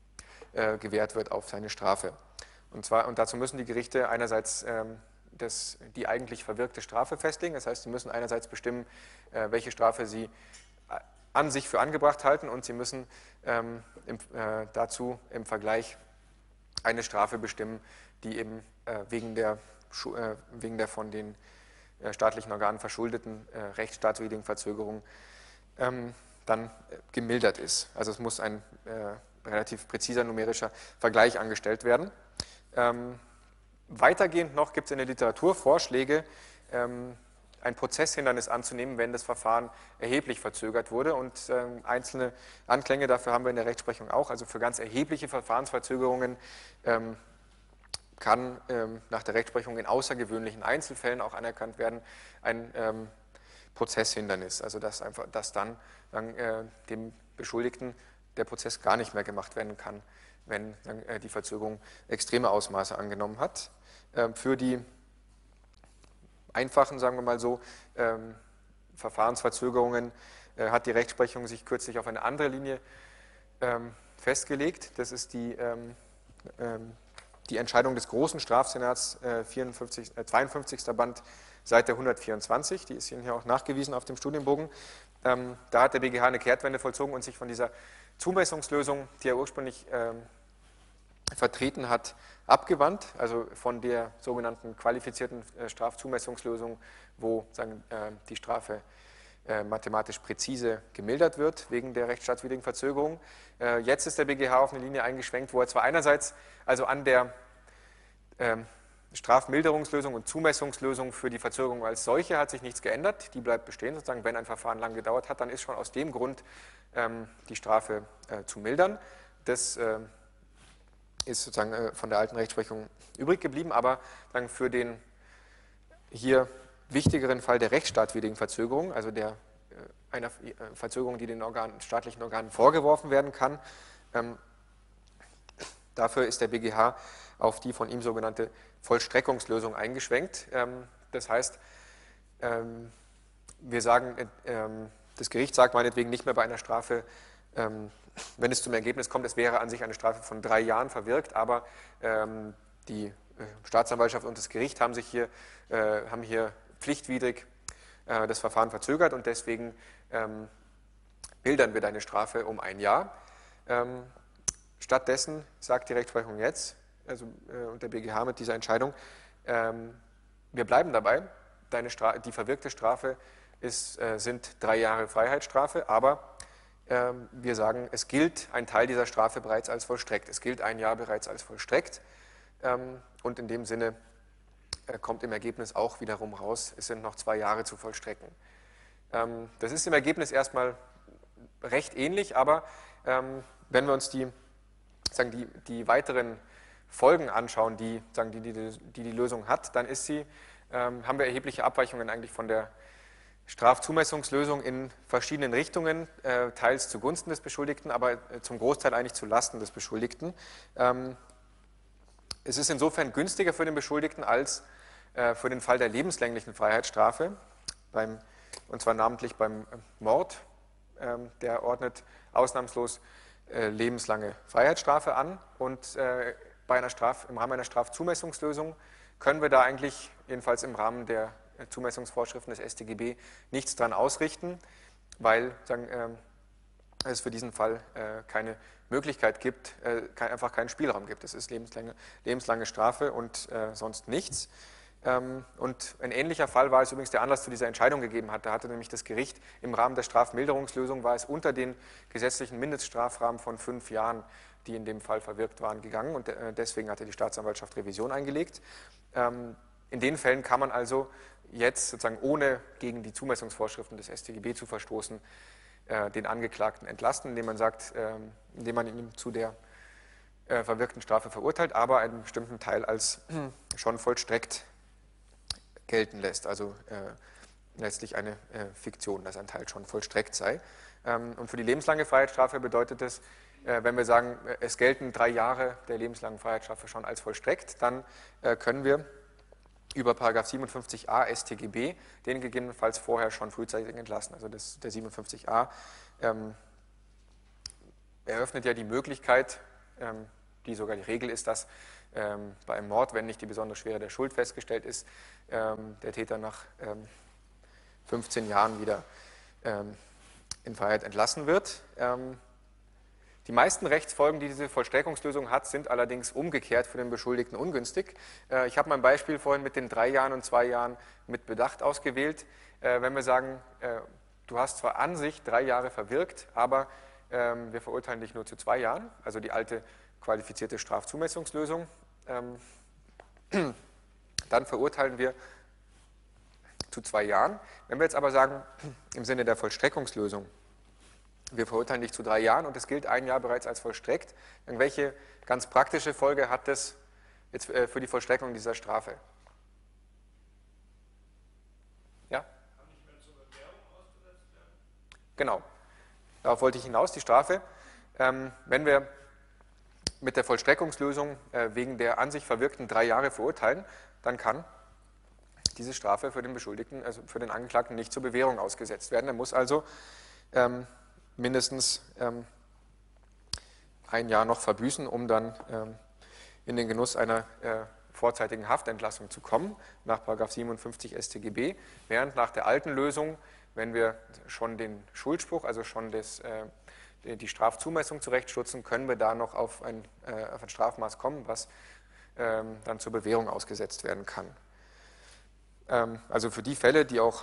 äh, gewährt wird auf seine Strafe. Und, zwar, und dazu müssen die Gerichte einerseits ähm, das, die eigentlich verwirkte Strafe festlegen, das heißt, sie müssen einerseits bestimmen, äh, welche Strafe sie an sich für angebracht halten, und sie müssen ähm, im, äh, dazu im Vergleich eine Strafe bestimmen, die eben äh, wegen, der, äh, wegen der von den äh, staatlichen Organen verschuldeten äh, rechtsstaatswidrigen Verzögerung ähm, dann äh, gemildert ist. Also es muss ein äh, relativ präziser numerischer Vergleich angestellt werden. Ähm, weitergehend noch gibt es in der Literatur Vorschläge, ähm, ein Prozesshindernis anzunehmen, wenn das Verfahren erheblich verzögert wurde, und ähm, einzelne Anklänge dafür haben wir in der Rechtsprechung auch. Also für ganz erhebliche Verfahrensverzögerungen ähm, kann ähm, nach der Rechtsprechung in außergewöhnlichen Einzelfällen auch anerkannt werden ein ähm, Prozesshindernis, also dass, einfach, dass dann, dann äh, dem Beschuldigten der Prozess gar nicht mehr gemacht werden kann, wenn dann, äh, die Verzögerung extreme Ausmaße angenommen hat. Ähm, für die einfachen, sagen wir mal so, ähm, Verfahrensverzögerungen äh, hat die Rechtsprechung sich kürzlich auf eine andere Linie ähm, festgelegt. Das ist die, ähm, ähm, die Entscheidung des Großen Strafsenats, äh, vierundfünfzig, äh, zweiundfünfzigster Band, Seite hundertvierundzwanzig, die ist Ihnen hier auch nachgewiesen auf dem Studienbogen. Ähm, da hat der B G H eine Kehrtwende vollzogen und sich von dieser Zumessungslösung, die er ursprünglich ähm, vertreten hat, abgewandt, also von der sogenannten qualifizierten äh, Strafzumessungslösung, wo sagen, äh, die Strafe äh, mathematisch präzise gemildert wird wegen der rechtsstaatswidrigen Verzögerung. Äh, jetzt ist der B G H auf eine Linie eingeschwenkt, wo er zwar einerseits also an der ähm, Strafmilderungslösung und Zumessungslösung für die Verzögerung als solche hat sich nichts geändert, die bleibt bestehen, sozusagen, wenn ein Verfahren lang gedauert hat, dann ist schon aus dem Grund ähm, die Strafe äh, zu mildern. Das äh, ist sozusagen äh, von der alten Rechtsprechung übrig geblieben, aber dann für den hier wichtigeren Fall der rechtsstaatwidrigen Verzögerung, also der, äh, einer äh, Verzögerung, die den Organen, staatlichen Organen vorgeworfen werden kann, ähm, dafür ist der B G H auf die von ihm sogenannte Vollstreckungslösung eingeschwenkt. Ähm, das heißt, ähm, wir sagen, äh, ähm, das Gericht sagt meinetwegen nicht mehr bei einer Strafe, ähm, wenn es zum Ergebnis kommt, es wäre an sich eine Strafe von drei Jahren verwirkt, aber ähm, die äh, Staatsanwaltschaft und das Gericht haben sich hier, äh, haben hier pflichtwidrig äh, das Verfahren verzögert, und deswegen ähm, mildern wir deine Strafe um ein Jahr. Ähm, stattdessen sagt die Rechtsprechung jetzt, also äh, und der B G H mit dieser Entscheidung, ähm, wir bleiben dabei, deine Stra- die verwirkte Strafe ist, äh, sind drei Jahre Freiheitsstrafe, aber ähm, wir sagen, es gilt ein Teil dieser Strafe bereits als vollstreckt. Es gilt ein Jahr bereits als vollstreckt, ähm, und in dem Sinne äh, kommt im Ergebnis auch wiederum raus, es sind noch zwei Jahre zu vollstrecken. Ähm, das ist im Ergebnis erstmal recht ähnlich, aber ähm, wenn wir uns die, sagen, die, die weiteren Folgen anschauen, die, sagen, die, die, die die Lösung hat, dann ist sie, ähm, haben wir erhebliche Abweichungen eigentlich von der Strafzumessungslösung in verschiedenen Richtungen, äh, teils zugunsten des Beschuldigten, aber äh, zum Großteil eigentlich zu Lasten des Beschuldigten. Ähm, es ist insofern günstiger für den Beschuldigten als äh, für den Fall der lebenslänglichen Freiheitsstrafe, beim, und zwar namentlich beim Mord. Ähm, der ordnet ausnahmslos äh, lebenslange Freiheitsstrafe an, und äh, bei einer Straf, im Rahmen einer Strafzumessungslösung können wir da eigentlich, jedenfalls im Rahmen der Zumessungsvorschriften des S t G B, nichts dran ausrichten, weil sagen, äh, es für diesen Fall äh, keine Möglichkeit gibt, äh, kein, einfach keinen Spielraum gibt. Es ist lebenslange, lebenslange Strafe und äh, sonst nichts. Ähm, und ein ähnlicher Fall war es übrigens, der Anlass zu dieser Entscheidung gegeben hat. Da hatte nämlich das Gericht im Rahmen der Strafmilderungslösung, war es unter den gesetzlichen Mindeststrafrahmen von fünf Jahren, die in dem Fall verwirkt waren, gegangen, und äh, deswegen hatte die Staatsanwaltschaft Revision eingelegt. Ähm, in den Fällen kann man also jetzt sozusagen ohne gegen die Zumessungsvorschriften des S t G B zu verstoßen, äh, den Angeklagten entlasten, indem man sagt, äh, indem man ihn zu der äh, verwirkten Strafe verurteilt, aber einen bestimmten Teil als schon vollstreckt gelten lässt, also äh, letztlich eine äh, Fiktion, dass ein Teil schon vollstreckt sei. Ähm, und für die lebenslange Freiheitsstrafe bedeutet es, äh, wenn wir sagen, es gelten drei Jahre der lebenslangen Freiheitsstrafe schon als vollstreckt, dann äh, können wir über Paragraph siebenundfünfzig a S t G B den gegebenenfalls vorher schon frühzeitig entlassen. Also das, der siebenundfünfzig a ähm, eröffnet ja die Möglichkeit, ähm, die sogar die Regel ist, dass ähm, bei einem Mord, wenn nicht die besondere Schwere der Schuld festgestellt ist, ähm, der Täter nach ähm, fünfzehn Jahren wieder ähm, in Freiheit entlassen wird. Ähm, die meisten Rechtsfolgen, die diese Vollstreckungslösung hat, sind allerdings umgekehrt für den Beschuldigten ungünstig. Äh, ich habe mein Beispiel vorhin mit den drei Jahren und zwei Jahren mit Bedacht ausgewählt. Äh, wenn wir sagen, äh, du hast zwar an sich drei Jahre verwirkt, aber ähm, wir verurteilen dich nur zu zwei Jahren, also die alte qualifizierte Strafzumessungslösung, ähm, dann verurteilen wir zu zwei Jahren. Wenn wir jetzt aber sagen, im Sinne der Vollstreckungslösung, wir verurteilen dich zu drei Jahren und es gilt ein Jahr bereits als vollstreckt, dann welche ganz praktische Folge hat das jetzt für die Vollstreckung dieser Strafe? Ja? Kann nicht mehr zur Bewährung ausgesetzt werden? Genau. Darauf wollte ich hinaus, die Strafe. Ähm, wenn wir mit der Vollstreckungslösung äh, wegen der an sich verwirkten drei Jahre verurteilen, dann kann diese Strafe für den Beschuldigten, also für den Angeklagten, nicht zur Bewährung ausgesetzt werden. Er muss also ähm, mindestens ähm, ein Jahr noch verbüßen, um dann ähm, in den Genuss einer äh, vorzeitigen Haftentlassung zu kommen, nach Paragraph siebenundfünfzig S t G B, während nach der alten Lösung, wenn wir schon den Schuldspruch, also schon das, äh, die Strafzumessung zurechtstutzen, können wir da noch auf ein, äh, auf ein Strafmaß kommen, was ähm, dann zur Bewährung ausgesetzt werden kann. Ähm, also für die Fälle, die auch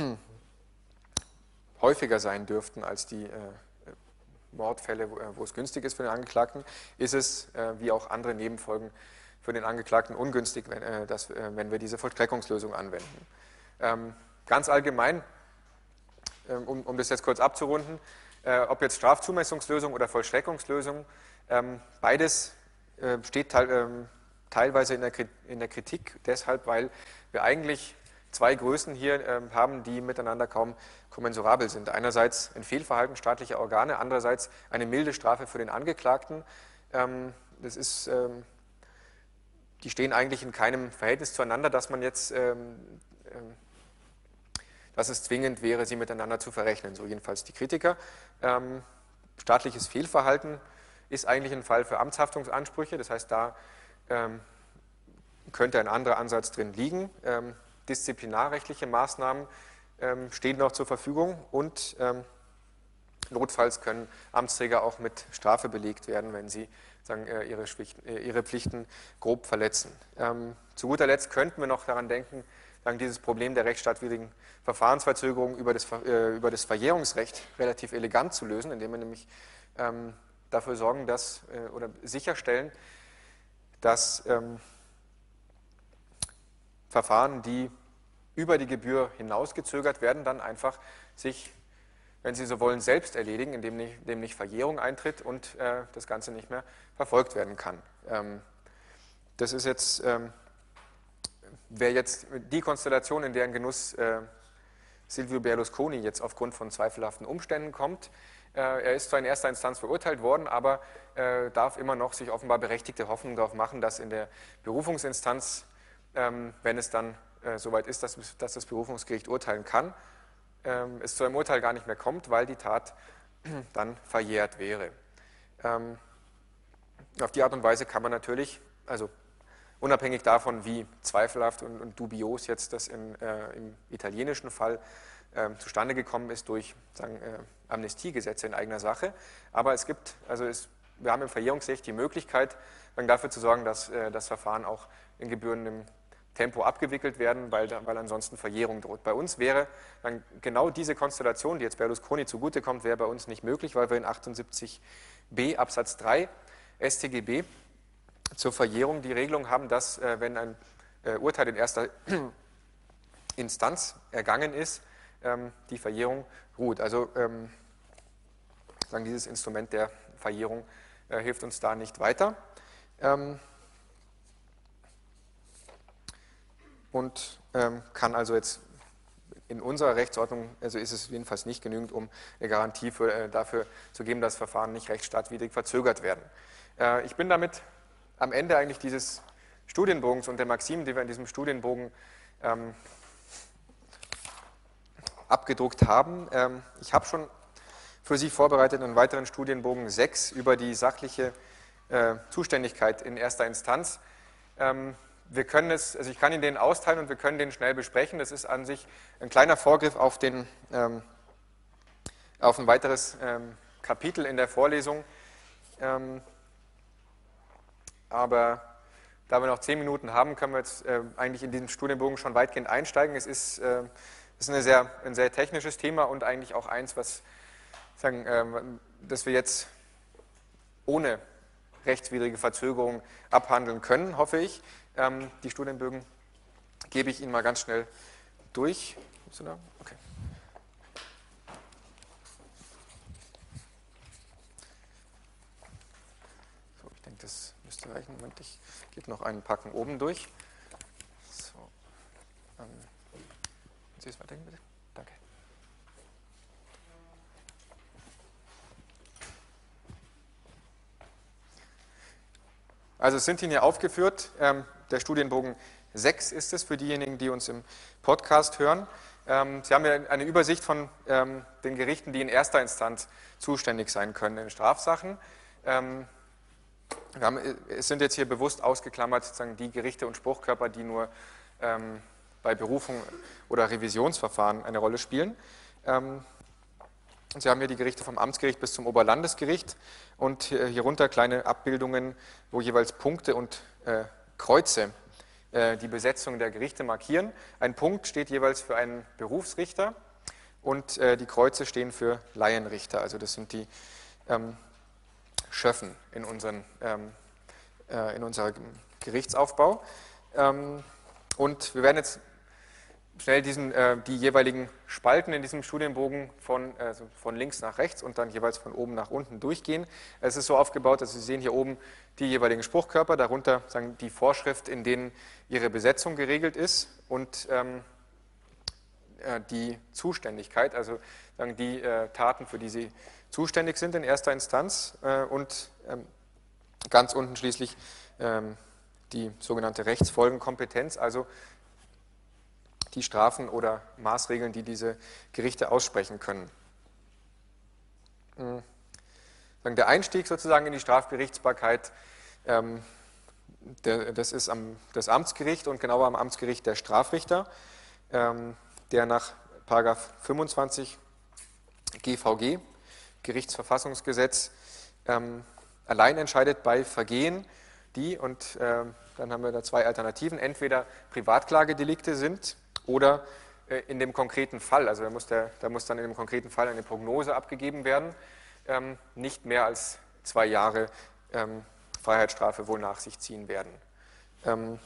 häufiger sein dürften als die äh, Mordfälle, wo, wo es günstig ist für den Angeklagten, ist es, äh, wie auch andere Nebenfolgen, für den Angeklagten ungünstig, wenn, äh, dass, äh, wenn wir diese Vollstreckungslösung anwenden. Ähm, ganz allgemein, äh, um, um das jetzt kurz abzurunden, äh, ob jetzt Strafzumessungslösung oder Vollstreckungslösung, ähm, beides äh, steht teil, ähm, teilweise in der, in der Kritik, deshalb, weil wir eigentlich zwei Größen hier äh, haben, die miteinander kaum kommensurabel sind. Einerseits ein Fehlverhalten staatlicher Organe, andererseits eine milde Strafe für den Angeklagten. Ähm, das ist, ähm, die stehen eigentlich in keinem Verhältnis zueinander, dass man jetzt, ähm, ähm, dass es zwingend wäre, sie miteinander zu verrechnen. So jedenfalls die Kritiker. Ähm, staatliches Fehlverhalten ist eigentlich ein Fall für Amtshaftungsansprüche. Das heißt, da ähm, könnte ein anderer Ansatz drin liegen. Ähm, disziplinarrechtliche Maßnahmen ähm, stehen noch zur Verfügung und ähm, notfalls können Amtsträger auch mit Strafe belegt werden, wenn sie sagen, äh, ihre, Pflichten, äh, ihre Pflichten grob verletzen. Ähm, zu guter Letzt könnten wir noch daran denken, sagen, dieses Problem der rechtsstaatwidrigen Verfahrensverzögerung über das, äh, über das Verjährungsrecht relativ elegant zu lösen, indem wir nämlich ähm, dafür sorgen, dass äh, oder sicherstellen, dass ähm, Verfahren, die über die Gebühr hinausgezögert werden, dann einfach sich, wenn Sie so wollen, selbst erledigen, indem nicht, indem nicht Verjährung eintritt und äh, das Ganze nicht mehr verfolgt werden kann. Ähm, das ist jetzt, ähm, wäre jetzt die Konstellation, in der ein Genuss äh, Silvio Berlusconi jetzt aufgrund von zweifelhaften Umständen kommt. Äh, er ist zwar in erster Instanz verurteilt worden, aber äh, darf immer noch sich offenbar berechtigte Hoffnung darauf machen, dass in der Berufungsinstanz, ähm, wenn es dann äh, soweit ist, dass, dass das Berufungsgericht urteilen kann, ähm, es zu einem Urteil gar nicht mehr kommt, weil die Tat dann verjährt wäre. Ähm, auf die Art und Weise kann man natürlich, also unabhängig davon, wie zweifelhaft und, und dubios jetzt das in, äh, im italienischen Fall äh, zustande gekommen ist durch sagen, äh, Amnestiegesetze in eigener Sache, aber es gibt, also es, wir haben im Verjährungsrecht die Möglichkeit, dann dafür zu sorgen, dass äh, das Verfahren auch in gebührendem Tempo abgewickelt werden, weil, weil ansonsten Verjährung droht. Bei uns wäre dann genau diese Konstellation, die jetzt Berlusconi zugutekommt, wäre bei uns nicht möglich, weil wir in achtundsiebzig b Absatz drei S t G B zur Verjährung die Regelung haben, dass äh, wenn ein äh, Urteil in erster Instanz ergangen ist, ähm, die Verjährung ruht. Also ähm, sagen, dieses Instrument der Verjährung äh, hilft uns da nicht weiter. Ähm, und ähm, kann also jetzt in unserer Rechtsordnung, also ist es jedenfalls nicht genügend, um eine Garantie für, äh, dafür zu geben, dass Verfahren nicht rechtsstaatwidrig verzögert werden. Äh, ich bin damit am Ende eigentlich dieses Studienbogens und der Maximen, die wir in diesem Studienbogen ähm, abgedruckt haben. Ähm, ich habe schon für Sie vorbereitet einen weiteren Studienbogen sechs über die sachliche äh, Zuständigkeit in erster Instanz. Ähm, wir können es, also ich kann Ihnen den austeilen und wir können den schnell besprechen. Das ist an sich ein kleiner Vorgriff auf, den, ähm, auf ein weiteres ähm, Kapitel in der Vorlesung. Ähm, aber da wir noch zehn Minuten haben, können wir jetzt äh, eigentlich in diesen Studienbogen schon weitgehend einsteigen. Es ist, äh, es ist eine sehr, ein sehr technisches Thema und eigentlich auch eins, was, sagen, äh, das wir jetzt ohne rechtswidrige Verzögerung abhandeln können, hoffe ich. Ähm, die Studienbögen gebe ich Ihnen mal ganz schnell durch. Bist du da? Okay. So, ich denke, das müsste reichen. Moment, ich gebe noch einen Packen oben durch. So. Ähm, Sie es weitergehen, bitte? Danke. Also es sind Ihnen hier aufgeführt, ähm, der Studienbogen sechs ist es für diejenigen, die uns im Podcast hören. Ähm, Sie haben ja eine Übersicht von ähm, den Gerichten, die in erster Instanz zuständig sein können in Strafsachen. Ähm, wir haben, es sind jetzt hier bewusst ausgeklammert sozusagen die Gerichte und Spruchkörper, die nur ähm, bei Berufung oder Revisionsverfahren eine Rolle spielen. Ähm, Sie haben hier die Gerichte vom Amtsgericht bis zum Oberlandesgericht und hierunter kleine Abbildungen, wo jeweils Punkte und äh, Kreuze äh, die Besetzung der Gerichte markieren. Ein Punkt steht jeweils für einen Berufsrichter und äh, die Kreuze stehen für Laienrichter. Also das sind die ähm, Schöffen in, unseren, ähm, äh, in unserem Gerichtsaufbau. Ähm, und wir werden jetzt schnell diesen, äh, die jeweiligen Spalten in diesem Studienbogen von, also von links nach rechts und dann jeweils von oben nach unten durchgehen. Es ist so aufgebaut, dass Sie sehen hier oben die jeweiligen Spruchkörper, darunter sagen, die Vorschrift, in denen ihre Besetzung geregelt ist und ähm, äh, die Zuständigkeit, also sagen, die äh, Taten, für die sie zuständig sind in erster Instanz äh, und ähm, ganz unten schließlich ähm, die sogenannte Rechtsfolgenkompetenz, also die Strafen oder Maßregeln, die diese Gerichte aussprechen können. Der Einstieg sozusagen in die Strafgerichtsbarkeit, das ist das Amtsgericht und genauer am Amtsgericht der Strafrichter, der nach Paragraph fünfundzwanzig G V G, Gerichtsverfassungsgesetz, allein entscheidet bei Vergehen, die, und dann haben wir da zwei Alternativen, entweder Privatklagedelikte sind, oder äh, in dem konkreten Fall, also da muss, der, da muss dann in dem konkreten Fall eine Prognose abgegeben werden, ähm, nicht mehr als zwei Jahre ähm, Freiheitsstrafe wohl nach sich ziehen werden. Ähm,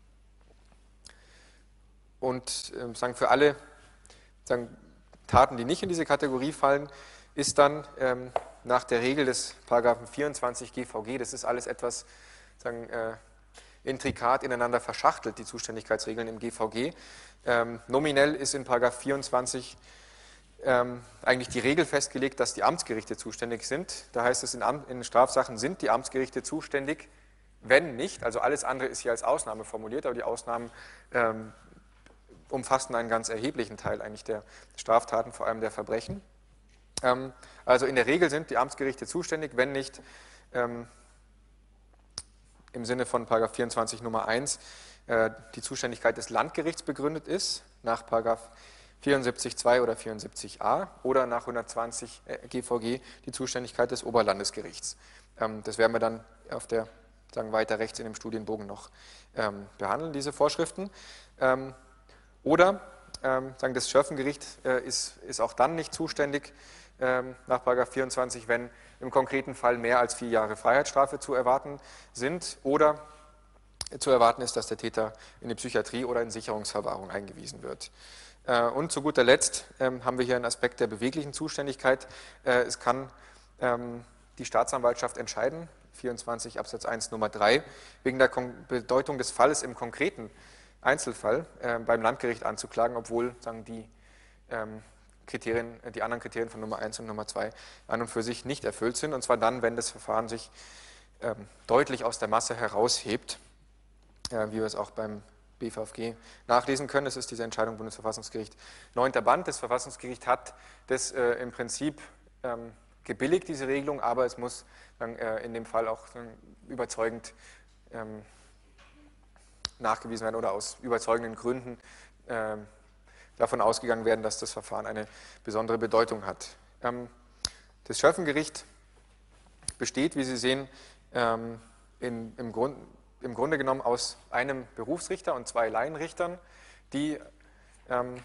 und ähm, sagen für alle sagen, Taten, die nicht in diese Kategorie fallen, ist dann ähm, nach der Regel des Paragraphen vierundzwanzig G V G, das ist alles etwas sagen, äh, intrikat ineinander verschachtelt, die Zuständigkeitsregeln im G V G. Ähm, nominell ist in Paragraph vierundzwanzig ähm, eigentlich die Regel festgelegt, dass die Amtsgerichte zuständig sind. Da heißt es, in, Am in Strafsachen sind die Amtsgerichte zuständig, wenn nicht, also alles andere ist hier als Ausnahme formuliert, aber die Ausnahmen ähm, umfassen einen ganz erheblichen Teil eigentlich der Straftaten, vor allem der Verbrechen. Ähm, also in der Regel sind die Amtsgerichte zuständig, wenn nicht ähm, im Sinne von Paragraph vierundzwanzig Nummer eins äh, die Zuständigkeit des Landgerichts begründet ist, nach Paragraph vierundsiebzig Nummer zwei oder vierundsiebzig a oder nach hundertzwanzig G V G die Zuständigkeit des Oberlandesgerichts. Ähm, das werden wir dann auf der, sagen weiter rechts in dem Studienbogen noch ähm, behandeln, diese Vorschriften. Ähm, oder ähm, sagen, das Schöffengericht äh, ist, ist auch dann nicht zuständig ähm, nach Paragraph vierundzwanzig, wenn im konkreten Fall mehr als vier Jahre Freiheitsstrafe zu erwarten sind oder zu erwarten ist, dass der Täter in die Psychiatrie oder in Sicherungsverwahrung eingewiesen wird. Äh, und zu guter Letzt ähm, haben wir hier einen Aspekt der beweglichen Zuständigkeit. Äh, es kann ähm, die Staatsanwaltschaft entscheiden, vierundzwanzig Absatz eins Nummer drei, wegen der Kon Bedeutung des Falles im konkreten Einzelfall äh, beim Landgericht anzuklagen, obwohl sagen, die ähm, Kriterien, die anderen Kriterien von Nummer eins und Nummer zwei an und für sich nicht erfüllt sind, und zwar dann, wenn das Verfahren sich ähm, deutlich aus der Masse heraushebt, äh, wie wir es auch beim B V F G nachlesen können. Das ist diese Entscheidung Bundesverfassungsgericht neunter Band. Das Verfassungsgericht hat das äh, im Prinzip ähm, gebilligt, diese Regelung, aber es muss dann, äh, in dem Fall auch dann überzeugend ähm, nachgewiesen werden oder aus überzeugenden Gründen äh, davon ausgegangen werden, dass das Verfahren eine besondere Bedeutung hat. Ähm, das Schöffengericht besteht, wie Sie sehen, ähm, in, im, Grund, im Grunde genommen aus einem Berufsrichter und zwei Laienrichtern, die ähm,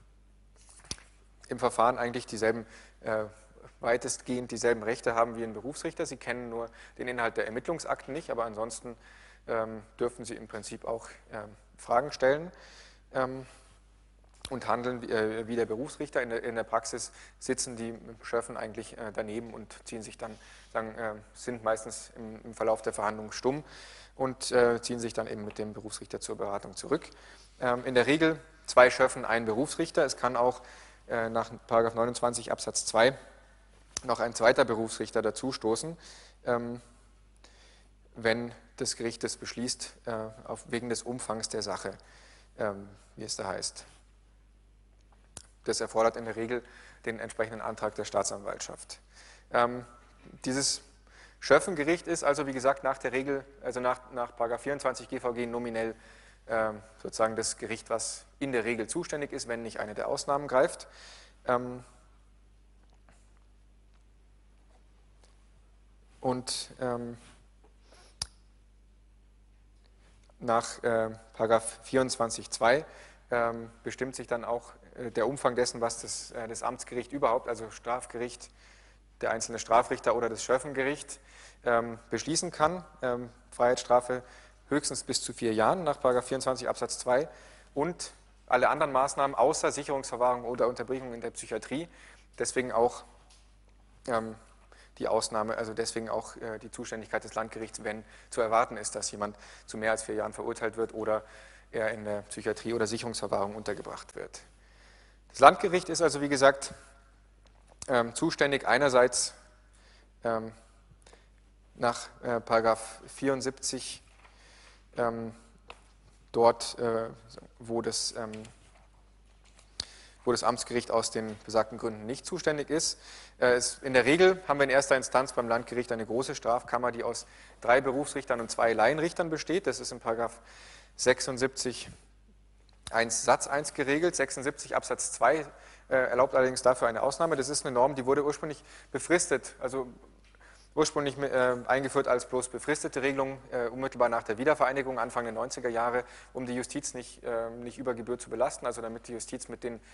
im Verfahren eigentlich dieselben, äh, weitestgehend dieselben Rechte haben wie ein Berufsrichter. Sie kennen nur den Inhalt der Ermittlungsakten nicht, aber ansonsten ähm, dürfen sie im Prinzip auch ähm, Fragen stellen ähm, und handeln wie, äh, wie der Berufsrichter. In der, in der Praxis sitzen die Schöffen eigentlich äh, daneben und ziehen sich dann, sagen, äh, sind meistens im, im Verlauf der Verhandlungen stumm und äh, ziehen sich dann eben mit dem Berufsrichter zur Beratung zurück. Ähm, in der Regel zwei Schöffen, ein Berufsrichter. Es kann auch äh, nach Paragraph neunundzwanzig Absatz zwei noch ein zweiter Berufsrichter dazustoßen, ähm, wenn das Gericht das beschließt, äh, auf, wegen des Umfangs der Sache, ähm, wie es da heißt. Das erfordert in der Regel den entsprechenden Antrag der Staatsanwaltschaft. Ähm, dieses Schöffengericht ist also, wie gesagt, nach der Regel, also nach, nach Paragraph vierundzwanzig G V G nominell ähm, sozusagen das Gericht, was in der Regel zuständig ist, wenn nicht eine der Ausnahmen greift. Ähm, und ähm, nach äh, Paragraph vierundzwanzig Absatz zwei ähm, bestimmt sich dann auch äh, der Umfang dessen, was das, äh, das Amtsgericht überhaupt, also Strafgericht, der einzelne Strafrichter oder das Schöffengericht ähm, beschließen kann. Ähm, Freiheitsstrafe höchstens bis zu vier Jahren nach Paragraph vierundzwanzig Absatz zwei und alle anderen Maßnahmen außer Sicherungsverwahrung oder Unterbringung in der Psychiatrie. Deswegen auch ähm, die Ausnahme, also deswegen auch äh, die Zuständigkeit des Landgerichts, wenn zu erwarten ist, dass jemand zu mehr als vier Jahren verurteilt wird oder er in der Psychiatrie oder Sicherungsverwahrung untergebracht wird. Das Landgericht ist also, wie gesagt, ähm, zuständig einerseits ähm, nach äh, Paragraph vierundsiebzig ähm, dort, äh, wo das ähm, wo das Amtsgericht aus den besagten Gründen nicht zuständig ist. In der Regel haben wir in erster Instanz beim Landgericht eine große Strafkammer, die aus drei Berufsrichtern und zwei Laienrichtern besteht. Das ist in Paragraph sechsundsiebzig eins Satz eins geregelt. sechsundsiebzig Absatz zwei erlaubt allerdings dafür eine Ausnahme. Das ist eine Norm, die wurde ursprünglich befristet, also ursprünglich eingeführt als bloß befristete Regelung, unmittelbar nach der Wiedervereinigung Anfang der neunziger Jahre, um die Justiz nicht, nicht über Gebühr zu belasten, also damit die Justiz mit den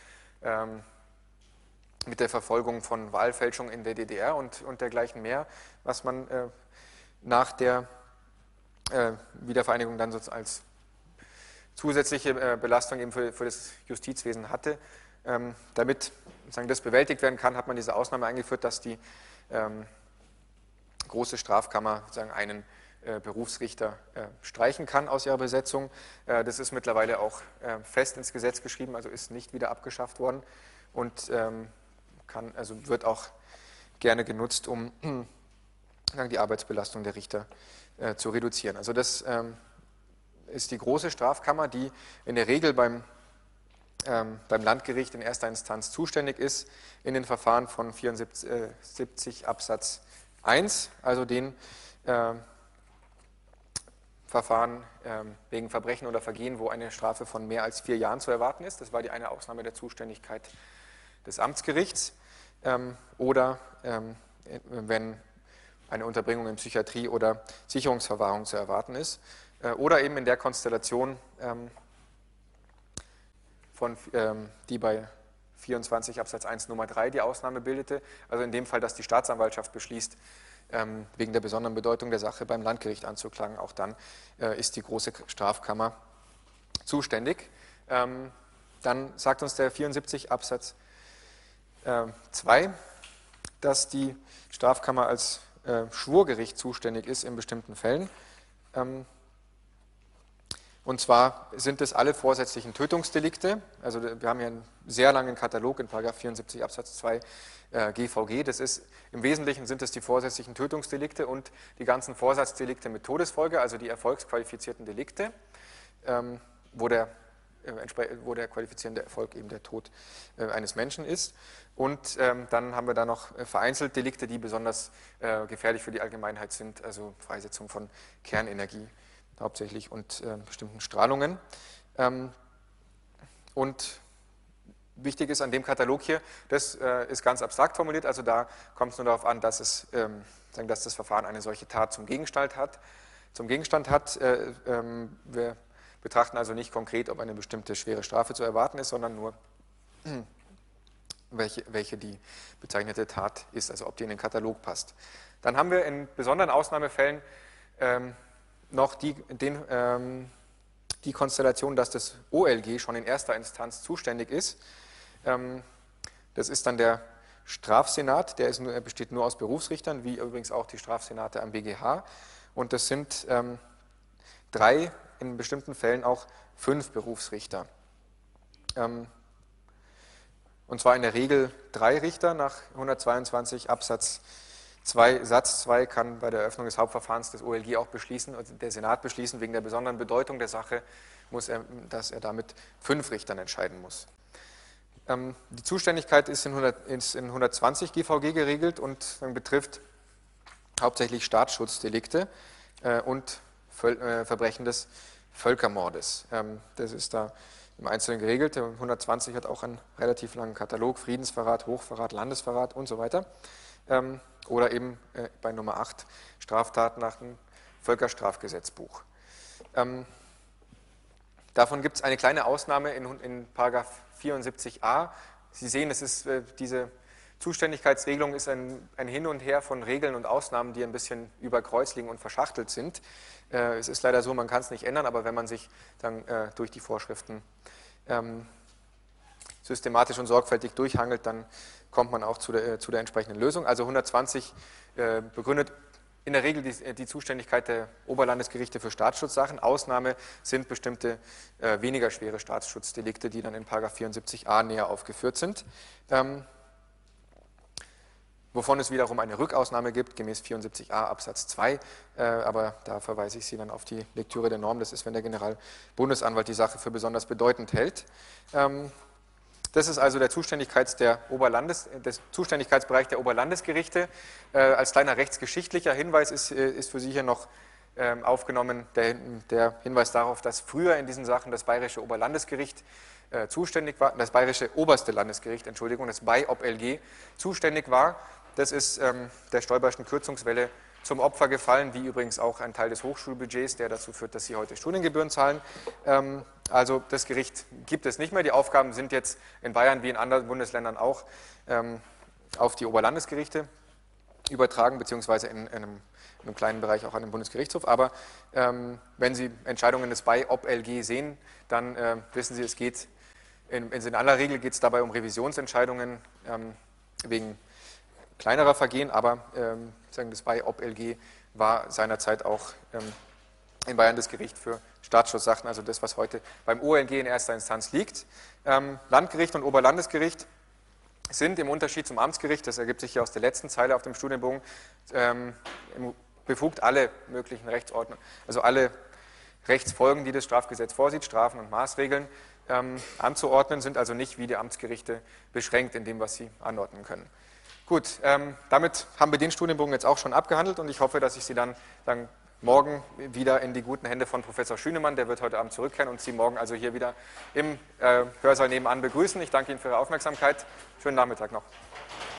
mit der Verfolgung von Wahlfälschung in der D D R und, und dergleichen mehr, was man äh, nach der äh, Wiedervereinigung dann so als zusätzliche äh, Belastung eben für, für das Justizwesen hatte. Ähm, damit sozusagen das bewältigt werden kann, hat man diese Ausnahme eingeführt, dass die ähm, große Strafkammer sozusagen einen äh, Berufsrichter äh, streichen kann aus ihrer Besetzung. Äh, das ist mittlerweile auch äh, fest ins Gesetz geschrieben, also ist nicht wieder abgeschafft worden und ähm, kann, also wird auch gerne genutzt, um die Arbeitsbelastung der Richter äh, zu reduzieren. Also das ähm, ist die große Strafkammer, die in der Regel beim, ähm, beim Landgericht in erster Instanz zuständig ist in den Verfahren von vierundsiebzig Absatz eins, also den äh, Verfahren äh, wegen Verbrechen oder Vergehen, wo eine Strafe von mehr als vier Jahren zu erwarten ist. Das war die eine Ausnahme der Zuständigkeit des Amtsgerichts. Ähm, oder ähm, wenn eine Unterbringung in Psychiatrie oder Sicherungsverwahrung zu erwarten ist. Äh, oder eben in der Konstellation, ähm, von, ähm, die bei vierundzwanzig Absatz eins Nummer drei die Ausnahme bildete. Also in dem Fall, dass die Staatsanwaltschaft beschließt, ähm, wegen der besonderen Bedeutung der Sache beim Landgericht anzuklagen. Auch dann äh, ist die große Strafkammer zuständig. Ähm, dann sagt uns der vierundsiebzig Absatz zwei, dass die Strafkammer als äh, Schwurgericht zuständig ist in bestimmten Fällen. Ähm, und zwar sind es alle vorsätzlichen Tötungsdelikte. Also wir haben hier einen sehr langen Katalog in Paragraph vierundsiebzig Absatz zwei äh, G V G. Das ist, im Wesentlichen sind es die vorsätzlichen Tötungsdelikte und die ganzen Vorsatzdelikte mit Todesfolge, also die erfolgsqualifizierten Delikte, ähm, wo der wo der qualifizierende Erfolg eben der Tod äh, eines Menschen ist. Und ähm, dann haben wir da noch vereinzelt Delikte, die besonders äh, gefährlich für die Allgemeinheit sind, also Freisetzung von Kernenergie hauptsächlich und äh, bestimmten Strahlungen. Ähm, und wichtig ist an dem Katalog hier, das äh, ist ganz abstrakt formuliert, also da kommt es nur darauf an, dass, es, ähm, sagen, dass das Verfahren eine solche Tat zum Gegenstand hat. Zum Gegenstand hat äh, ähm, wir betrachten also nicht konkret, ob eine bestimmte schwere Strafe zu erwarten ist, sondern nur, welche, welche die bezeichnete Tat ist, also ob die in den Katalog passt. Dann haben wir in besonderen Ausnahmefällen ähm, noch die, den, ähm, die Konstellation, dass das O L G schon in erster Instanz zuständig ist. Ähm, das ist dann der Strafsenat, der ist nur, besteht nur aus Berufsrichtern, wie übrigens auch die Strafsenate am B G H. Und das sind ähm, drei, in bestimmten Fällen auch fünf Berufsrichter. Ähm, und zwar in der Regel drei Richter nach hundertzweiundzwanzig Absatz zwei Satz zwei kann bei der Eröffnung des Hauptverfahrens das O L G auch beschließen, also der Senat beschließen, wegen der besonderen Bedeutung der Sache, muss er, dass er damit fünf Richtern entscheiden muss. Ähm, die Zuständigkeit ist in, hundert, ist in hundertzwanzig G V G geregelt und äh, betrifft hauptsächlich Staatsschutzdelikte äh, und Völ äh, Verbrechen des Völkermordes. Ähm, das ist da im Einzelnen geregelt. Der hundertzwanzig hat auch einen relativ langen Katalog, Friedensverrat, Hochverrat, Landesverrat und so weiter. Ähm, oder eben äh, bei Nummer acht Straftaten nach dem Völkerstrafgesetzbuch. Ähm, davon gibt es eine kleine Ausnahme in, in Paragraph vierundsiebzig a. Sie sehen, es ist, äh, diese Zuständigkeitsregelung ist ein, ein Hin und Her von Regeln und Ausnahmen, die ein bisschen über Kreuz liegen und verschachtelt sind. Äh, es ist leider so, man kann es nicht ändern, aber wenn man sich dann äh, durch die Vorschriften ähm, systematisch und sorgfältig durchhangelt, dann kommt man auch zu der, äh, zu der entsprechenden Lösung. Also hundertzwanzig äh, begründet in der Regel die, die Zuständigkeit der Oberlandesgerichte für Staatsschutzsachen. Ausnahme sind bestimmte äh, weniger schwere Staatsschutzdelikte, die dann in Paragraph vierundsiebzig a näher aufgeführt sind. Ähm, wovon es wiederum eine Rückausnahme gibt, gemäß vierundsiebzig a Absatz zwei, äh, aber da verweise ich Sie dann auf die Lektüre der Norm, das ist, wenn der Generalbundesanwalt die Sache für besonders bedeutend hält. Ähm, das ist also der, Zuständigkeits der Oberlandes, der Zuständigkeitsbereich der Oberlandesgerichte. Äh, als kleiner rechtsgeschichtlicher Hinweis ist, ist für Sie hier noch ähm, aufgenommen der, der Hinweis darauf, dass früher in diesen Sachen das Bayerische Oberlandesgericht äh, zuständig war, das Bayerische Oberste Landesgericht, Entschuldigung, das B A I O B L G zuständig war. Das ist ähm, der Stolperschen Kürzungswelle zum Opfer gefallen, wie übrigens auch ein Teil des Hochschulbudgets, der dazu führt, dass Sie heute Studiengebühren zahlen. Ähm, also das Gericht gibt es nicht mehr. Die Aufgaben sind jetzt in Bayern wie in anderen Bundesländern auch ähm, auf die Oberlandesgerichte übertragen, beziehungsweise in, in, einem, in einem kleinen Bereich auch an den Bundesgerichtshof. Aber ähm, wenn Sie Entscheidungen des B A I O B L G sehen, dann äh, wissen Sie, es geht, in, in aller Regel geht es dabei um Revisionsentscheidungen ähm, wegen kleinerer Vergehen, aber ähm, sagen, das B A I O B L G war seinerzeit auch ähm, in Bayern das Gericht für Staatsschutzsachen, also das, was heute beim O L G in erster Instanz liegt. Ähm, Landgericht und Oberlandesgericht sind im Unterschied zum Amtsgericht, das ergibt sich hier aus der letzten Zeile auf dem Studienbogen, ähm, befugt, alle möglichen Rechtsordnungen, also alle Rechtsfolgen, die das Strafgesetz vorsieht, Strafen und Maßregeln, ähm, anzuordnen, sind also nicht wie die Amtsgerichte beschränkt in dem, was sie anordnen können. Gut, ähm, damit haben wir den Studienbogen jetzt auch schon abgehandelt und ich hoffe, dass ich Sie dann, dann morgen wieder in die guten Hände von Professor Schünemann, der wird heute Abend zurückkehren und Sie morgen also hier wieder im äh, Hörsaal nebenan begrüßen. Ich danke Ihnen für Ihre Aufmerksamkeit. Schönen Nachmittag noch.